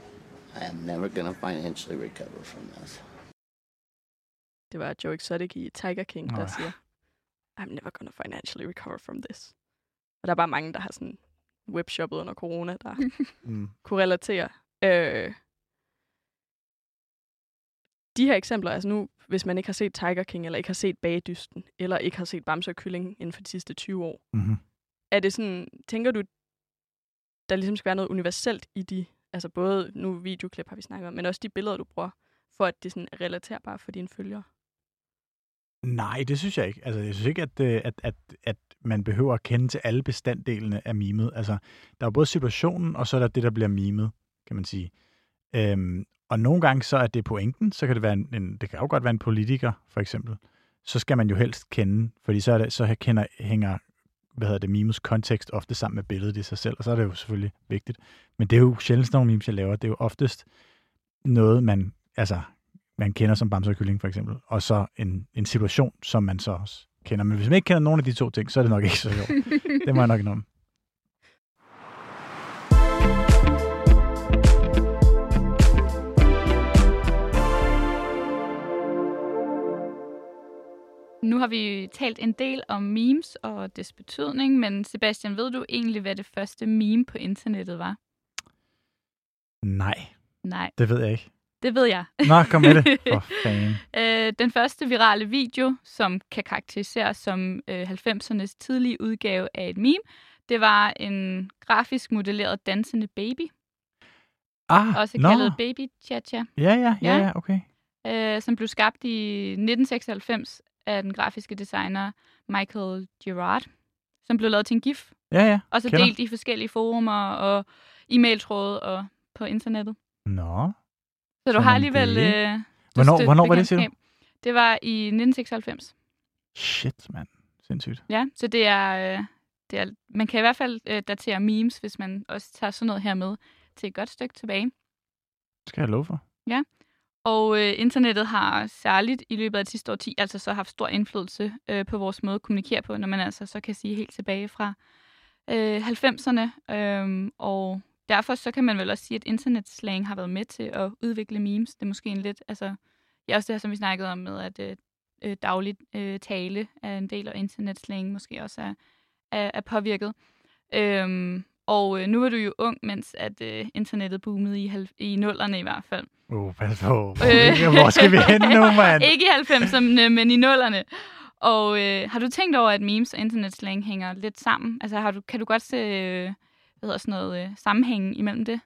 I am never gonna financially recover from this. Det var Joe Exotic i Tiger King, der Oh. siger, I'm never gonna financially recover from this. Og der er bare mange, der har sådan webshoppet under corona, der Mm. kunne relatere. Øh, de her eksempler, altså nu, hvis man ikke har set Tiger King, eller ikke har set Bagedysten, eller ikke har set Bamse og Kylling inden for de sidste tyve år, Mm-hmm. er det sådan, tænker du, der ligesom skal være noget universelt i de, altså både nu videoklip har vi snakket om, men også de billeder, du bruger, for at det sådan er relaterbare for dine følgere? Nej, det synes jeg ikke. Altså, jeg synes ikke, at, øh, at, at, at man behøver at kende til alle bestanddelene af mimet. Altså, der er både situationen, og så er der det, der bliver mimet, kan man sige. Øhm, og nogle gange så er det pointen, så kan det være en, en, det kan jo godt være en politiker, for eksempel. Så skal man jo helst kende, fordi så, er det, så kender, hænger hvad hedder det, memes kontekst ofte sammen med billedet i sig selv, og så er det jo selvfølgelig vigtigt. Men det er jo sjældent nogle memes, jeg laver. Det er jo oftest noget, man, altså, man kender som Bamse og Kylling, for eksempel, og så en, en situation, som man så også kender. Men hvis man ikke kender nogen af de to ting, så er det nok ikke så sjovt. Det må jeg nok indrømme. Nu har vi talt en del om memes og dets betydning, men Sebastian, ved du egentlig, hvad det første meme på internettet var? Nej. Nej. Det ved jeg ikke. Det ved jeg. Nå, kom med det. For fanden. øh, den første virale video, som kan karakteriseres som øh, halvfemsernes tidlige udgave af et meme, det var en grafisk modelleret dansende baby. Ah, også nå. kaldet Baby Cha-Cha. Ja, ja, ja, ja, okay. Øh, som blev skabt i nitten seksoghalvfems af den grafiske designer Michael Gerard, som blev lavet til en gif. Ja, ja. Og så Kender. delt i forskellige forumer og e-mailtråde og på internettet. Nå. Så du Sådan har alligevel... det. Øh, Hvornår, hvornår var det, siger du? Det var i nitten seksoghalvfems. Shit, mand. Sindssygt. Ja, så det er, øh, det er... Man kan i hvert fald øh, datere memes, hvis man også tager sådan noget her med til et godt stykke tilbage. Det skal jeg love for. Ja. Og øh, internettet har særligt i løbet af de sidste årti altså så haft stor indflydelse øh, på vores måde at kommunikere på, når man altså så kan sige helt tilbage fra øh, halvfemserne. Øh, og derfor så kan man vel også sige, at internetslang har været med til at udvikle memes. Det er måske en lidt, altså, ja, også det her, som vi snakkede om med, at øh, dagligt øh, tale er en del af internetslang, måske også er, er, er påvirket. Øh, og øh, nu var du jo ung, mens at øh, internettet boomede i, halv- i nullerne i hvert fald. Uh, pas på. Hvor skal vi hen nu, mand? Ikke i halvfemserne, men i nullerne. Og øh, har du tænkt over, at memes og internetslang hænger lidt sammen? Altså, har du, kan du godt se øh, hvad hedder sådan noget, øh, sammenhængen imellem det?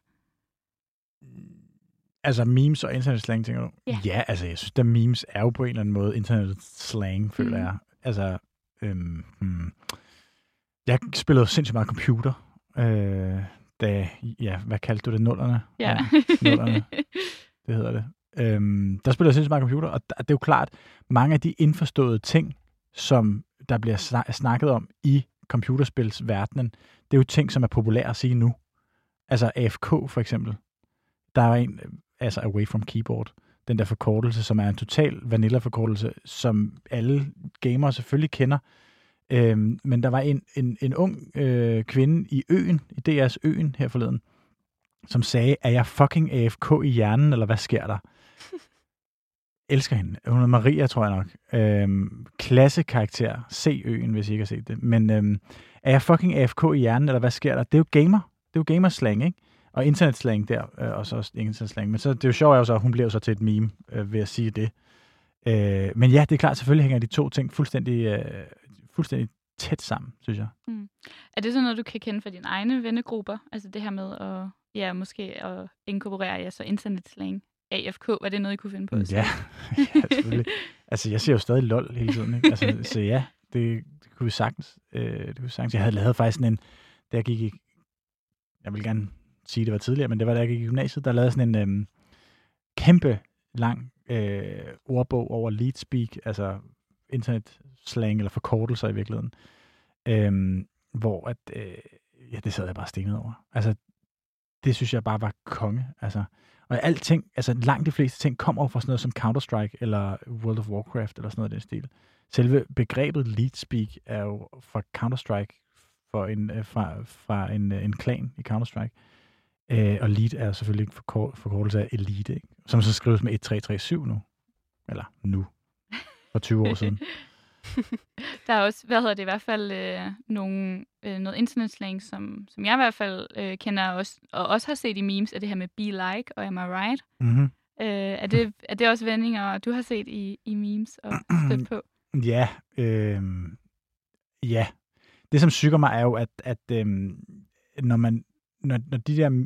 Altså memes og internetslang, tænker du? Ja. Ja, altså jeg synes, at memes er jo på en eller anden måde internetslang, føler Mm. jeg. Altså, øhm, hmm. jeg spillede sindssygt meget computer, øh, da, ja, hvad kaldte du det? Nullerne? Ja. nullerne. Det hedder det. Øhm, der spiller jeg sindssygt meget computer, og det er jo klart, mange af de indforståede ting, som der bliver snak- snakket om i computerspilsverdenen, det er jo ting, som er populære at sige nu. Altså A F K for eksempel. Der er en, altså Away from Keyboard, den der forkortelse, som er en total vanilla-forkortelse, som alle gamere selvfølgelig kender. Øhm, men der var en, en, en ung øh, kvinde i Øen, i D R's Øen her forleden, som sagde, er jeg fucking A F K i hjernen, eller hvad sker der? Elsker hende. Hun er Maria, tror jeg nok. Øhm, klassekarakter. Se Øen, hvis I ikke har set det. Men øhm, er jeg fucking A F K i hjernen, eller hvad sker der? Det er jo gamer. Det er jo gamerslang, ikke? Og internetslang der, øh, og så også internetslang. Men så, det er jo sjovt, at hun blev så til et meme øh, ved at sige det. Øh, men ja, det er klart, selvfølgelig hænger de to ting fuldstændig, øh, fuldstændig tæt sammen, synes jeg. Mm. Er det sådan noget, du kan kende fra dine egne vennegrupper? Altså det her med at, ja, måske at inkorporere ja, så internetslang? A F K, var det noget, I kunne finde på? Ja, ja, selvfølgelig. Altså, jeg ser jo stadig LOL hele tiden, ikke? Altså, så ja, det, det kunne vi sagtens. Øh, det kunne vi sagtens. Jeg havde lavet faktisk sådan en, da jeg gik i, jeg vil gerne sige, det var tidligere, men det var da jeg gik i gymnasiet, der lavede sådan en øh, kæmpe lang øh, ordbog over leadspeak, altså internetslang eller forkortelser i virkeligheden, øh, hvor at, øh, ja, det sad jeg bare stenet over. Altså, det synes jeg bare var konge, altså. Og alting, altså langt de fleste ting, kom over fra sådan noget som Counter-Strike eller World of Warcraft eller sådan noget af den stil. Selve begrebet leadspeak er jo fra Counter-Strike, for en, fra, fra en, en klan i Counter-Strike. Øh, og lead er selvfølgelig ikke forkort, forkortelse af elite, ikke? Som så skrives med et tre tre syv nu. Eller nu. For tyve år siden. Der er også, hvad hedder det, i hvert fald øh, nogle, øh, noget internetslang, som, som jeg i hvert fald øh, kender også, og også har set i memes, er det her med be like og am I right? Mm-hmm. Øh, er, det, er det også vendinger, du har set i, i memes og stødt på? Ja, øh, ja. Det, som syger mig, er jo, at, at øh, når, man, når, når de der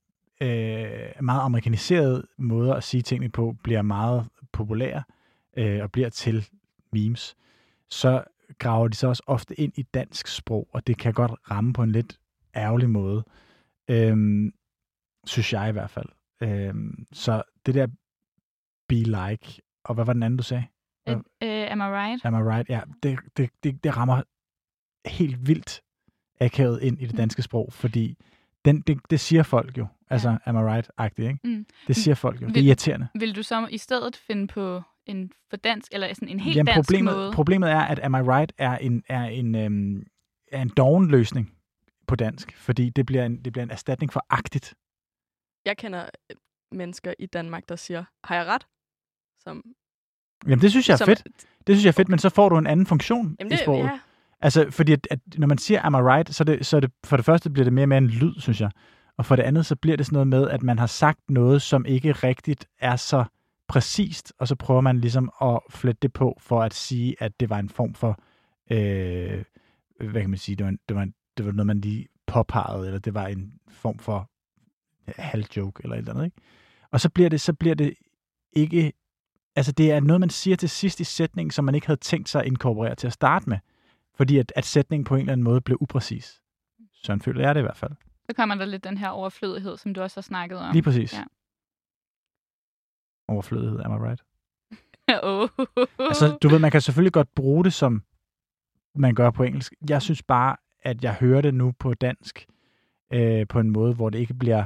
øh, meget amerikaniserede måder at sige tingene på, bliver meget populære øh, og bliver til memes, så graver de så også ofte ind i dansk sprog, og det kan godt ramme på en lidt ærgerlig måde. Øhm, synes jeg i hvert fald. Øhm, så det der be like, og hvad var den anden, du sagde? Uh, uh, am I right? Am I right? Ja, det, det, det, det rammer helt vildt akavet ind i det danske sprog, fordi den, det, det siger folk jo. Altså, ja. Am I right-agtigt, ikke? Mm. Det siger folk jo. Det er irriterende. Vil du så i stedet finde på en for dansk, eller sådan en helt Jamen, dansk problemet, måde? Problemet er, at Am I Right er en, er en, øhm, er en doven løsning på dansk, fordi det bliver en, det bliver en erstatning for agtigt. Jeg kender mennesker i Danmark, der siger, har jeg ret? Som, Jamen, det synes jeg er som, fedt. Det synes jeg er fedt, men så får du en anden funktion Jamen, i det, sproget. Ja. Altså, fordi at, at når man siger Am I Right, så, det, så det, for det første bliver det mere med en lyd, synes jeg. Og for det andet, så bliver det sådan noget med, at man har sagt noget, som ikke rigtigt er så præcist, og så prøver man ligesom at flette det på, for at sige, at det var en form for, øh, hvad kan man sige, det var, en, det, var en, det var noget, man lige påpegede, eller det var en form for halvjoke, eller et eller andet, ikke? Og så bliver det, så bliver det ikke, altså det er noget, man siger til sidst i sætningen, som man ikke havde tænkt sig at inkorporere til at starte med, fordi at, at sætningen på en eller anden måde blev upræcis. Sådan føler jeg det i hvert fald. Så kommer der lidt den her overflødighed, som du også har snakket om. Lige præcis. Ja. Overflødighed, am I right? oh. Altså, du ved, man kan selvfølgelig godt bruge det, som man gør på engelsk. Jeg synes bare, at jeg hører det nu på dansk, øh, på en måde, hvor det ikke bliver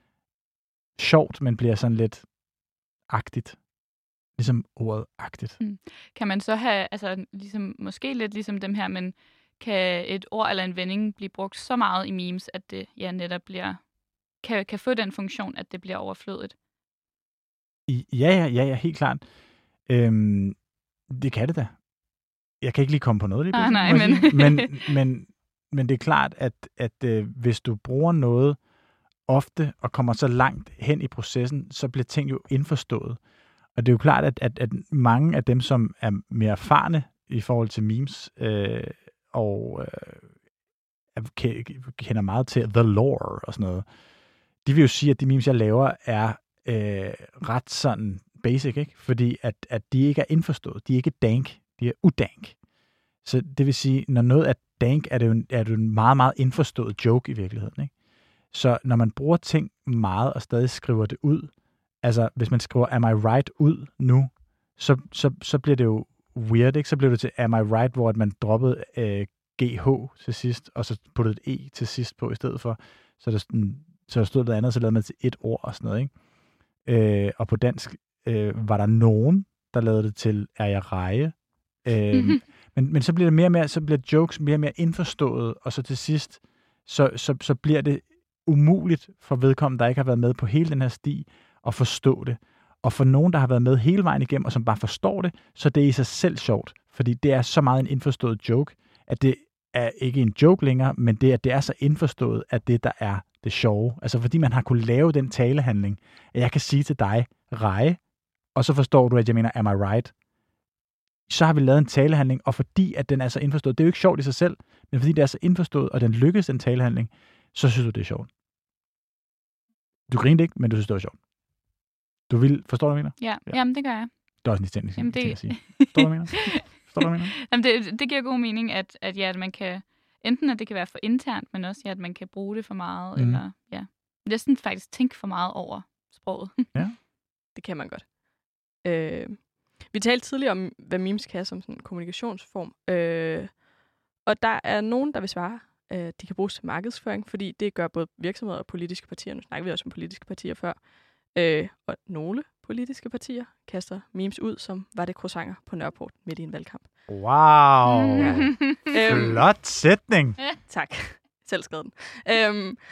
sjovt, men bliver sådan lidt agtigt. Ligesom ordet agtigt. Mm. Kan man så have, altså ligesom, måske lidt ligesom dem her, men kan et ord eller en vending blive brugt så meget i memes, at det ja, netop bliver, kan, kan få den funktion, at det bliver overflødigt? I, ja, ja, ja, ja, helt klart. Øhm, det kan det da. Jeg kan ikke lige komme på noget lige ah, nej, men... men, men men det er klart, at, at øh, hvis du bruger noget ofte og kommer så langt hen i processen, så bliver ting jo indforstået. Og det er jo klart, at, at, at mange af dem, som er mere erfarne i forhold til memes, øh, og øh, kender meget til the lore og sådan noget, de vil jo sige, at de memes, jeg laver, er øh, ret sådan basic, ikke? Fordi at, at de ikke er indforstået. De er ikke dank. De er udank. Så det vil sige, når noget er dank, er det jo en, er det jo en meget, meget indforstået joke i virkeligheden, ikke? Så når man bruger ting meget og stadig skriver det ud, altså hvis man skriver am I right ud nu, så, så, så bliver det jo weird, ikke? Så bliver det til am I right, hvor man droppede øh, gh til sidst, og så puttede et e til sidst på i stedet for. Så der, så der stod noget andet, så lavede man til et ord og sådan noget, ikke? Øh, og på dansk øh, var der nogen, der lavede det til er jeg reje. Øh, men, men så bliver det mere og mere, så bliver jokes mere og mere indforstået, og så til sidst, så, så, så bliver det umuligt for vedkommende, der ikke har været med på hele den her sti, at forstå det. Og for nogen, der har været med hele vejen igennem, og som bare forstår det, så det er i sig selv sjovt. Fordi det er så meget en indforstået joke, at det er ikke en joke længere, men det, at det er så indforstået, at det, der er det sjove. Altså fordi man har kunnet lave den talehandling, at jeg kan sige til dig, reje, og så forstår du, at jeg mener, am I right? Så har vi lavet en talehandling, og fordi at den er så indforstået, det er jo ikke sjovt i sig selv, men fordi det er så indforstået, og den lykkes, den talehandling, så synes du, det er sjovt. Du grinte ikke, men du synes, det var sjovt. Du vil, forstår du, hvad jeg mener? Ja, ja. Jamen det gør jeg. Det er også en teknisk ting det... at sige. Forstår du, hvad jeg mener? Forstår du, hvad jeg mener? Jamen det, det giver god mening, at, at, ja, at man kan, enten at det kan være for internt, men også ja, at man kan bruge det for meget, mm. eller ja, næsten faktisk tænke for meget over sproget. Ja. Det kan man godt. Øh, vi talte tidligere om, hvad memes kan som sådan en kommunikationsform. Øh, og der er nogen, der vil svare, øh, de kan bruges til markedsføring, fordi det gør både virksomheder og politiske partier. Nu snakker vi også om politiske partier før. Øh, og nogle politiske partier kaster memes ud, som var det croissanter på Nørreport midt i en valgkamp. Wow! Ja. Flot sætning! Tak. Selv skrevet den. Øhm,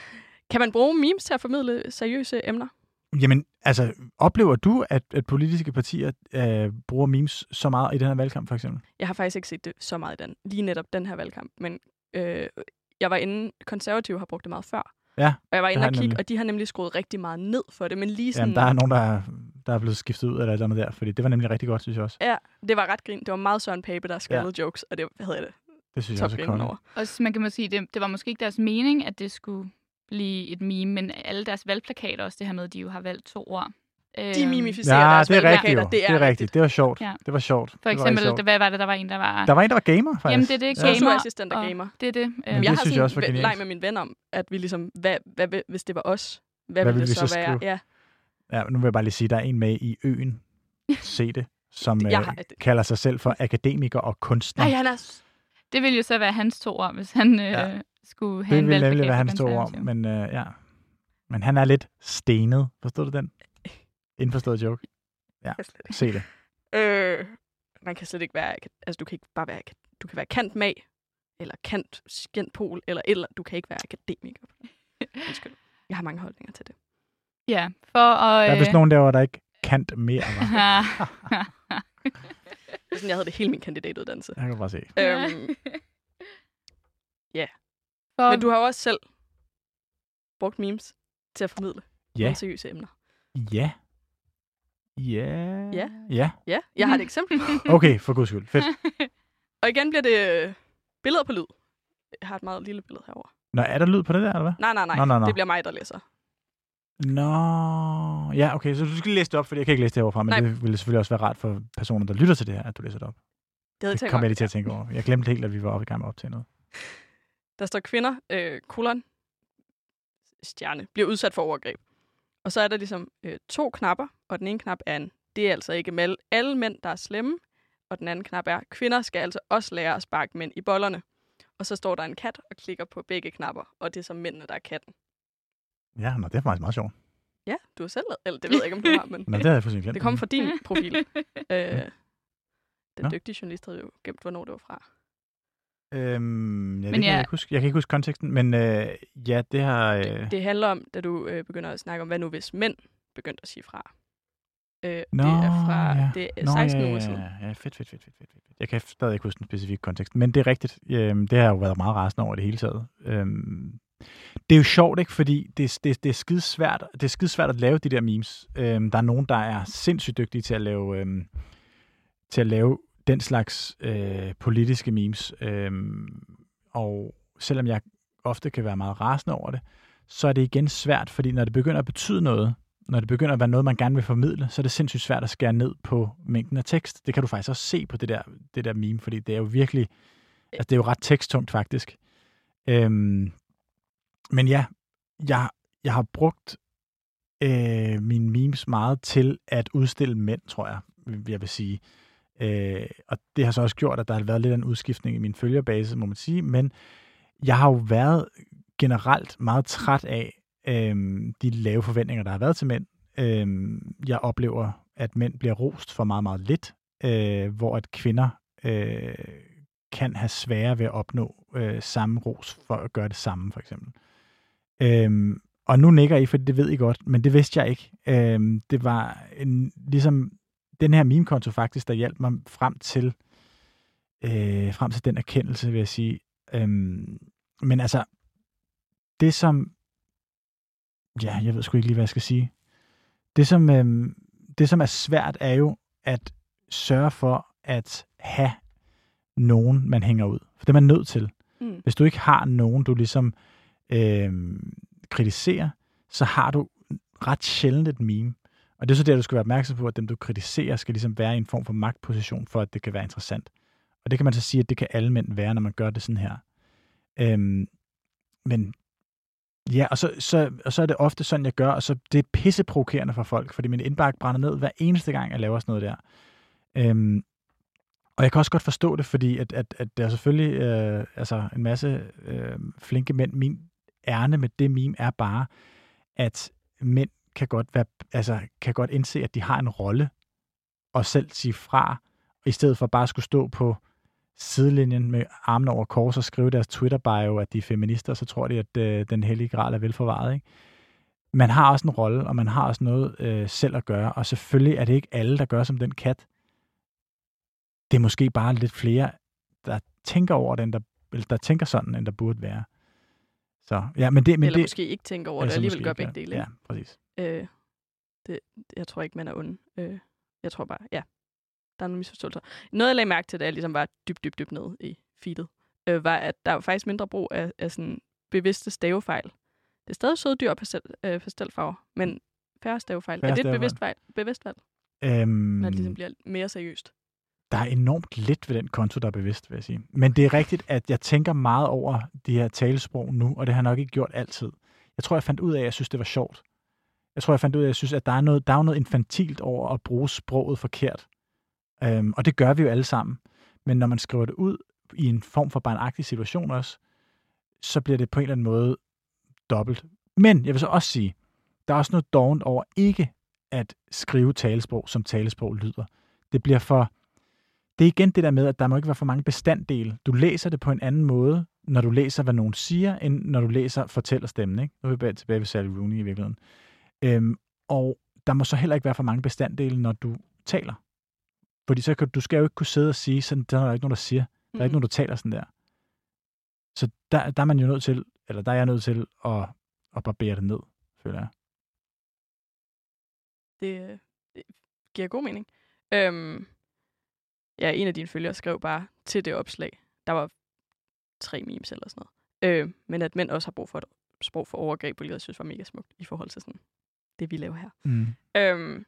Kan man bruge memes til at formidle seriøse emner? Jamen, altså, oplever du, at, at politiske partier øh, bruger memes så meget i den her valgkamp, for eksempel? Jeg har faktisk ikke set det så meget i den, lige netop den her valgkamp, men øh, jeg var inde, konservative har brugt det meget før. Ja, og jeg var inde og kigge, nemlig. og de har nemlig skruet rigtig meget ned for det, men lige sådan... Jamen, der er nogen, der er, der er blevet skiftet ud eller et eller andet der, fordi det var nemlig rigtig godt, synes jeg også. Ja, det var ret grin. Det var meget Søren Pape, der skaldede Ja. jokes, og det havde jeg det. Det synes jeg også er konge. over. Også, man kan måske sige, det, det var måske ikke deres mening, at det skulle blive et meme, men alle deres valgplakater også, det her med, at de jo har valgt to ord. De mimificerer ja, deres det er rigtigt, valgplakater. det er, det er rigtigt. Det var sjovt. Ja. Det var sjovt. For eksempel, det hvad var det, der var en, der var... Der var en, der var gamer, faktisk. Jamen, det er det, Ja. gamer. Socioassistent og gamer. Det er det. Jamen, det jeg har synes sådan jeg også var en genialt. leg med min ven om, at vi ligesom, hvad, hvad, hvad, hvis det var os, hvad, Hvad ville ville det vi så, så være? skrive? Ja. Ja, nu vil jeg bare lige sige, at der er en med i Øen, se det, som Jeg øh, har- kalder sig selv for akademiker og kunstner. Nej, han er... Det ville jo så være hans to ord, hvis han øh, Ja. skulle have Det en vil nemlig valgplakat være for hans to ord, Konservative. men øh, ja. Men han er lidt stenet. Forstod du den? Indforstået joke. Ja, se det. Øh, man kan slet ikke være... Altså, du kan ikke bare være... Du kan være kantmag, eller kant skændpol, eller et eller andet. Du kan ikke være akademiker. Undskyld. Jeg har mange holdninger til det. Ja, for at... Der er vist øh, nogen derovre, der ikke kant mere, var. Det er sådan, jeg havde det hele min kandidatuddannelse. Jeg kan bare se. Øhm, ja. For... Men du har jo også selv brugt memes til at formidle Ja. nogle seriøse emner. Ja. Ja. Ja. Ja. Ja, jeg har et eksempel. Okay, for guds skyld. Fedt. Og igen bliver det øh, billeder på lyd. Jeg har et meget lille billede herover. Nå, er der lyd på det der, eller hvad? Nej, nej, nej. Nå, nå, nå. Det bliver mig, der læser. Nå, ja, okay, så du skal læse det op, fordi jeg kan ikke læse det herovre, men Nej. det ville selvfølgelig også være rart for personer, der lytter til det her, at du læser det op. Det havde jeg Det tænkt kom mig. jeg lige til at tænke over. Jeg glemte helt, at vi var oppe i gang med at optage noget. Der står kvinder, øh, kolon, stjerne, bliver udsat for overgreb. Og så er der ligesom øh, to knapper, og den ene knap er en, det er altså ikke med alle mænd, der er slemme, og den anden knap er, kvinder skal altså også lære at sparke mænd i bollerne. Og så står der en kat og klikker på begge knapper, og det er så mændene, der er katten. Ja, nå, det er faktisk meget sjovt. Ja, du har selv lavet, eller det ved jeg ikke, om du har, men Nå, det havde jeg fuldstændig glemt. det kom fra din profil. øh, den Nå. dygtige journalist havde jo gemt, hvornår det var fra. Øhm, ja, det Men kan ja. jeg ikke huske. Jeg kan ikke huske konteksten, men øh, ja, det har... Øh... Det, det handler om, da du øh, begynder at snakke om, hvad nu hvis mænd begyndte at sige fra. Øh, Nå, det er fra ja. det er Nå, seksten ja, uger ja, siden. Ja, ja, fedt, fedt, fedt, fedt, fedt. Jeg kan stadig ikke huske den specifikke kontekst, men det er rigtigt. Øhm, det har jeg jo været meget rasende over det hele taget. Øhm, det er jo sjovt, ikke? Fordi det, det, det er skide svært, det er skide svært at lave de der memes. Øhm, der er nogen, der er sindssygt dygtige til at lave, øhm, til at lave den slags øh, politiske memes. Øhm, og selvom jeg ofte kan være meget rasende over det, så er det igen svært, fordi når det begynder at betyde noget, når det begynder at være noget, man gerne vil formidle, så er det sindssygt svært at skære ned på mængden af tekst. Det kan du faktisk også se på det der, det der meme, fordi det er jo virkelig, altså det er jo ret teksttungt faktisk. Øhm, men ja, jeg, jeg har brugt øh, mine memes meget til at udstille mænd, tror jeg, jeg vil sige. Øh, og det har så også gjort, at der har været lidt af en udskiftning i min følgerbase, må man sige, men jeg har jo været generelt meget træt af øhm, de lave forventninger, der har været til mænd. Øhm, jeg oplever, at mænd bliver rost for meget, meget lidt, øh, hvor at kvinder øh, kan have svære ved at opnå øh, samme ros for at gøre det samme, for eksempel. Øhm, og nu nikker I, for det ved I godt, men det vidste jeg ikke. Øhm, det var en, ligesom den her meme-konto faktisk, der hjalp mig frem til, øh, frem til den erkendelse, vil jeg sige. Øhm, men altså, det som, ja, jeg ved sgu ikke lige, hvad jeg skal sige. Det som, øhm, det, som er svært, er jo at sørge for at have nogen, man hænger ud. For det er man nødt til. Mm. Hvis du ikke har nogen, du ligesom øhm, kritiserer, så har du ret sjældent et meme. Og det er så der, du skal være opmærksom på, at dem, du kritiserer, skal ligesom være i en form for magtposition, for at det kan være interessant. Og det kan man så sige, at det kan alle mænd være, når man gør det sådan her. Øhm, men ja, og så, så, og så er det ofte sådan, jeg gør, og så det er pisseprovokerende for folk, fordi min indbakke brænder ned hver eneste gang, jeg laver sådan noget der. Øhm, og jeg kan også godt forstå det, fordi at, at, at der er selvfølgelig øh, altså en masse øh, flinke mænd. Min ærne med det meme er bare, at mænd kan godt, være, altså, kan godt indse, at de har en rolle, og selv sige fra, i stedet for bare at skulle stå på sidelinjen med armene over kors og skrive deres Twitter-bio, at de er feminister, så tror de, at øh, den hellige gral er velforvaret, ikke? Man har også en rolle, og man har også noget øh, selv at gøre, og selvfølgelig er det ikke alle, der gør som den kat. Det er måske bare lidt flere, der tænker over det, end der, eller der tænker sådan, end der burde være. Så, ja, men det, men eller det, måske ikke tænker over det, og alligevel gør begge dele. Ja, præcis. Øh, det, jeg tror ikke, man er ond. Øh, jeg tror bare, ja, der er nogle misforståelser. Noget, jeg lagde mærke til, da jeg ligesom var dybt, dybt, dybt nede i feedet, øh, var, at der var faktisk mindre brug af, af sådan bevidste stavefejl. Det er stadig søde dyr og pastel, øh, pastelfarver, men færre stavefejl. Færre er det et stavefejl. bevidst, valg, bevidst valg, Øhm, når det ligesom bliver mere seriøst? Der er enormt lidt ved den konto, der er bevidst, vil jeg sige. Men det er rigtigt, at jeg tænker meget over de her talesprog nu, og det har jeg nok ikke gjort altid. Jeg tror, jeg fandt ud af, at jeg synes, det var sjovt. Jeg tror, jeg fandt ud af, at jeg synes, at der er noget, der er noget infantilt over at bruge sproget forkert. Øhm, og det gør vi jo alle sammen. Men når man skriver det ud i en form for barnagtig situation også, så bliver det på en eller anden måde dobbelt. Men jeg vil så også sige, der er også noget dovent over ikke at skrive talesprog, som talesprog lyder. Det bliver for... Det er igen det der med, at der må ikke være for mange bestanddele. Du læser det på en anden måde, når du læser, hvad nogen siger, end når du læser fortællerstemmen. Ikke? Nu er vi tilbage ved Sally Rooney i virkeligheden. Øhm, og der må så heller ikke være for mange bestanddele, når du taler. Fordi så kan, du skal jo ikke kunne sidde og sige, sådan, der er der ikke nogen, der siger. Der er ikke nogen, der taler sådan der. Så der, der er man jo nødt til, eller der er jeg nødt til at, at barbere det ned, føler jeg. Det, det giver god mening. Øhm, ja, en af dine følgere skrev bare til det opslag. Der var tre memes eller sådan noget. Øh, men at mænd også har brug for et sprog for overgreb, hvilket jeg synes var mega smukt i forhold til sådan det, vi laver her. Mm. Øhm,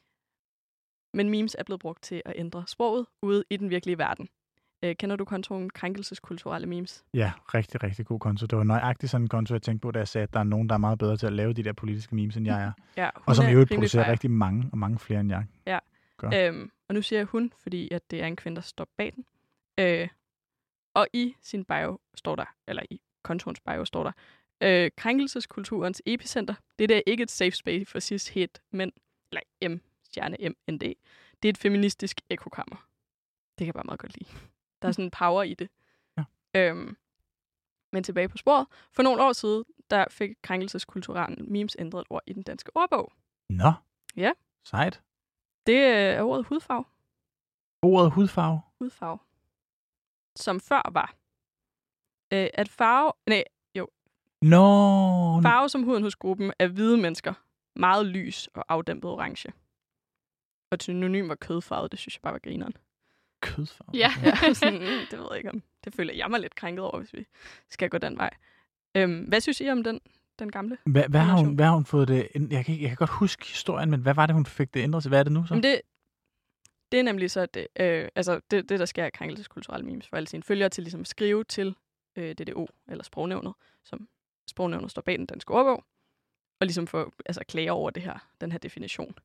men memes er blevet brugt til at ændre sproget ude i den virkelige verden. Øh, kender du kontoen krænkelseskulturelle memes? Ja, rigtig, rigtig god konto. Det var nøjagtigt sådan en konto, jeg tænkte på, da jeg sagde, at der er nogen, der er meget bedre til at lave de der politiske memes, end jeg er. Ja, og som i øvrigt producerer fejr. rigtig mange, og mange flere end jeg ja. gør. Øhm, og nu siger jeg hun, fordi at det er en kvinde, der står bag den. Øh, og i sin bio står der, eller i kontoens bio står der, øh, krænkelseskulturens epicenter. Det der er ikke et safe space for cis het mænd, eller M, stjerne M, N D. Det er et feministisk ekokammer. Det kan jeg bare meget godt lide. Der er sådan en power i det. Ja. Øhm, men tilbage på sporet. For nogle år siden, der fik krænkelseskulturelle memes ændret et ord i den danske ordbog. Nå, ja. Sejt. Det er ordet hudfarve. Ordet hudfarve? Hudfarve. Som før var. Øh, at farve... Nej, jo. Nå. Farve som huden hos gruppen af hvide mennesker. Meget lys og afdæmpet orange. Og synonym var kødfarvet. Det synes jeg bare var grineren. Kødfarve? Ja, ja sådan, mm, det ved jeg ikke om. Det føler jeg mig lidt krænket over, hvis vi skal gå den vej. Øhm, hvad synes I om den, den gamle? Hvad, hvad, har hun, hvad har hun fået det... Jeg kan, jeg kan godt huske historien, men hvad var det, hun fik det ændret til? Hvad er det nu så? Jamen det, det er nemlig så, at det, øh, altså det, det, der sker af krænkelseskulturelle memes, for alle sine følgere til ligesom at skrive til øh, D D O, eller Sprognævnet, som Sprognævnet står bag den danske ordbog, og ligesom få altså, klage over det her, den her definition.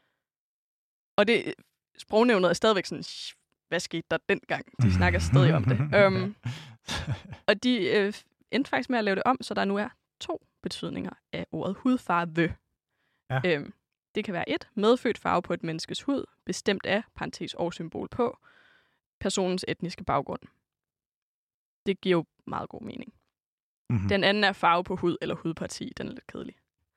Og det, Sprognævnet er stadigvæk sådan, hvad skete der dengang? De snakker stadig om det. Um, og de øh, endte faktisk med at lave det om, så der nu er to betydninger af ordet hudfarve. Ja. Øhm, det kan være et, medfødt farve på et menneskes hud, bestemt af, parentes og symbol på, personens etniske baggrund. Det giver jo meget god mening. Mm-hmm. Den anden er farve på hud eller hudparti. Den er lidt kedelig.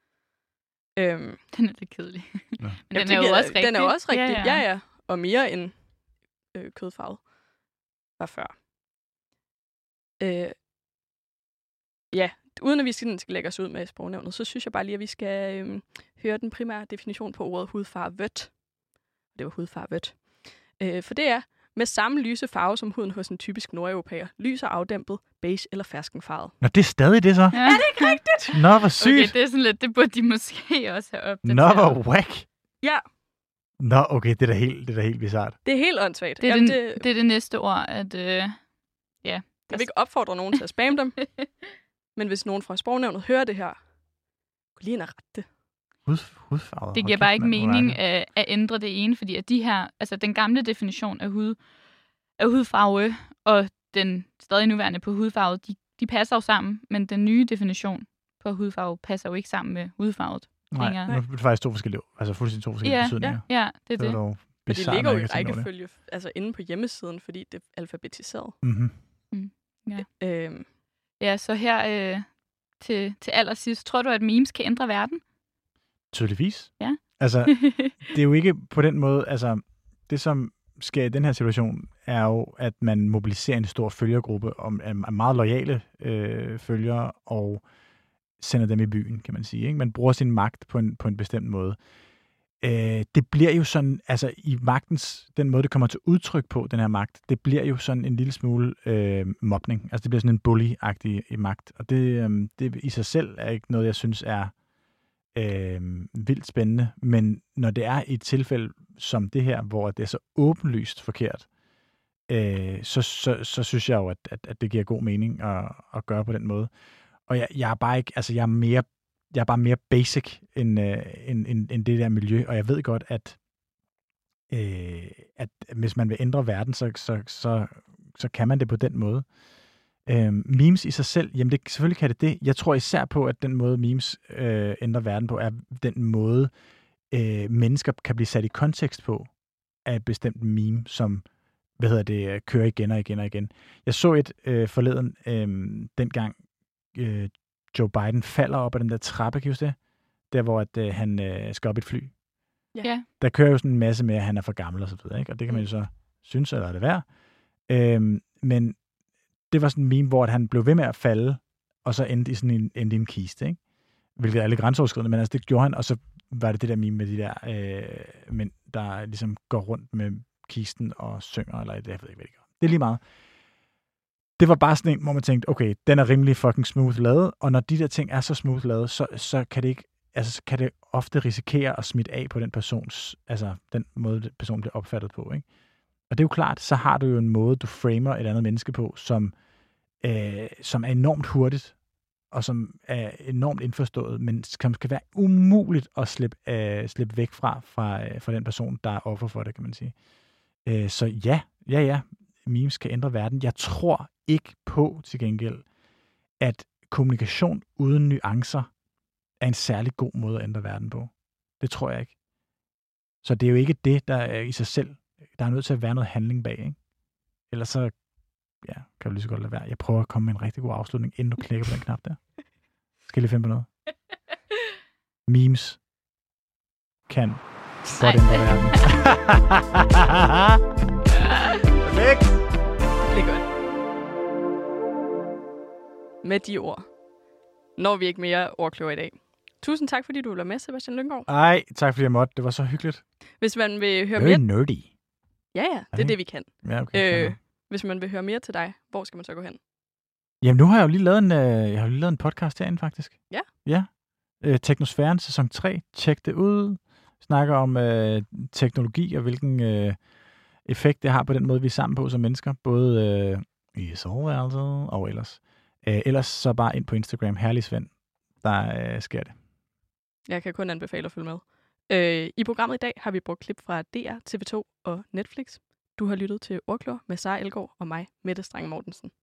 Øhm, den er lidt kedelig. Ja. Men den er jo også rigtig. Den er også rigtig, ja, ja. ja, ja. Og mere end øh, kødfarvet var før. Øh, ja, uden at vi skal, skal lægge os ud med Sprognævnet, så synes jeg bare lige, at vi skal øh, høre den primære definition på ordet hudfarvet. Det var hudfarvet. Øh, for det er med samme lyse farve som huden hos en typisk nordeuropæer. Lys og afdæmpet, beige eller ferskenfarvet. Nå, det er stadig det så? Ja. Er det ikke rigtigt? Nå, hvor sygt. Okay, det er sådan lidt, det burde de måske også have opdateret. Nå, hvor whack. Ja. Nå, okay, det er da helt, det er da helt bizart. Det er helt åndssvagt. Det er, Jamen, den, det... det er det næste ord, at... Øh, ja. Jeg vil ikke opfordre nogen til at spamme dem. Men hvis nogen fra Sprognævnet hører det her, kunne lige ind og rette det. Hud, hudfarvet. Det giver bare ikke mening at, at ændre det ene, fordi at de her, altså den gamle definition af, hud, af hudfarve og den stadig nuværende på hudfarve, de, de passer jo sammen, men den nye definition på hudfarve passer jo ikke sammen med hudfarvet. Nej, det er faktisk to forskellige, altså fuldstændig to forskellige ja, betydninger. Ja, ja, det er det. Det var dog Men de bizarre ligger jo i mærke til at nå det. rækkefølge, altså inde på hjemmesiden, fordi det er alfabetiseret. Mhm. Mm. Ja. Øhm, Ja, så her øh, til, til allersidst, tror du, at memes kan ændre verden? Tydeligvis. Ja. Altså, det er jo ikke på den måde, altså, det som sker i den her situation, er jo, at man mobiliserer en stor følgergruppe om af meget loyale øh, følgere, og sender dem i byen, kan man sige. Ikke? Man bruger sin magt på en, på en bestemt måde. Øh, det bliver jo sådan, altså i magtens, den måde, det kommer til udtryk på, den her magt, det bliver jo sådan en lille smule øh, mobning. Altså det bliver sådan en bully-agtig magt, og det, øh, det i sig selv er ikke noget, jeg synes er øh, vildt spændende, men når det er i et tilfælde som det her, hvor det er så åbenlyst forkert, øh, så, så, så synes jeg jo, at, at, at det giver god mening at, at gøre på den måde. Og jeg, jeg er bare ikke, altså jeg er mere, jeg er bare mere basic end, øh, end, end, end det der miljø, og jeg ved godt, at, øh, at hvis man vil ændre verden, så, så, så, så kan man det på den måde. Øh, memes i sig selv, jamen det, selvfølgelig kan det det. Jeg tror især på, at den måde memes øh, ændrer verden på, er den måde, øh, mennesker kan blive sat i kontekst på af et bestemt meme, som hvad hedder det, kører igen og igen og igen. Jeg så et øh, forleden, øh, dengang øh, Joe Biden falder op ad den der trappe, kan I huske det? Der, hvor at, øh, han øh, skal op i et fly. Ja. Der kører jo sådan en masse med, at han er for gammel og så videre, ikke? Og det kan man jo så synes, eller er det værd. Øh, men det var sådan en meme, hvor at han blev ved med at falde, og så endte i sådan en, endte i en kiste, ikke? Hvilket er lidt grænseoverskridende, men altså det gjorde han, og så var det det der meme med de der øh, mænd, der ligesom går rundt med kisten og synger, eller jeg ved ikke, hvad det gør. Det er lige meget. Det var bare sådan en, hvor man tænkte, okay, den er rimelig fucking smooth lavet, og når de der ting er så smooth lavet, så, så kan det ikke, altså så kan det ofte risikere at smitte af på den persons, altså den måde, personen bliver opfattet på, ikke? Og det er jo klart, så har du jo en måde, du framer et andet menneske på, som, øh, som er enormt hurtigt, og som er enormt indforstået, men som skal være umuligt at slippe, øh, slippe væk fra, fra, øh, fra den person, der er offer for det, kan man sige. Øh, så ja, ja, ja, memes kan ændre verden. Jeg tror ikke på, til gengæld, at kommunikation uden nuancer er en særlig god måde at ændre verden på. Det tror jeg ikke. Så det er jo ikke det, der er i sig selv. Der er nødt til at være noget handling bag, ikke? Ellers så, ja, kan du lige så godt lade være. Jeg prøver at komme med en rigtig god afslutning, inden du klikker på den knap der. Skal jeg lige finde på noget? Memes kan godt ændre verden. Perfekt! Det er godt. Med de ord når vi ikke mere ordkløver i dag. Tusind tak, fordi du ville være med, Sebastian Lynggaard. Ej, tak fordi jeg måtte. Det var så hyggeligt. Hvis man vil høre Very mere... nerdy. Ja, ja, det er det, vi kan. Ja, okay, øh, hvis man vil høre mere til dig, hvor skal man så gå hen? Jamen, nu har jeg jo lige lavet en, øh, jeg har jo lige lavet en podcast herinde, faktisk. Ja? Ja. Øh, Teknosfæren, sæson tre. Tjek det ud. Snakker om øh, teknologi og hvilken øh, effekt det har på den måde, vi er sammen på som mennesker. Både øh, i soveværelset og ellers. Øh, ellers så bare ind på Instagram. Herlig Svend. Der øh, sker det. Jeg kan kun anbefale at følge med. Øh, I programmet i dag har vi brugt klip fra D R, T V to og Netflix. Du har lyttet til Ordklør med Sara Elgaard og mig, Mette Strange Mortensen.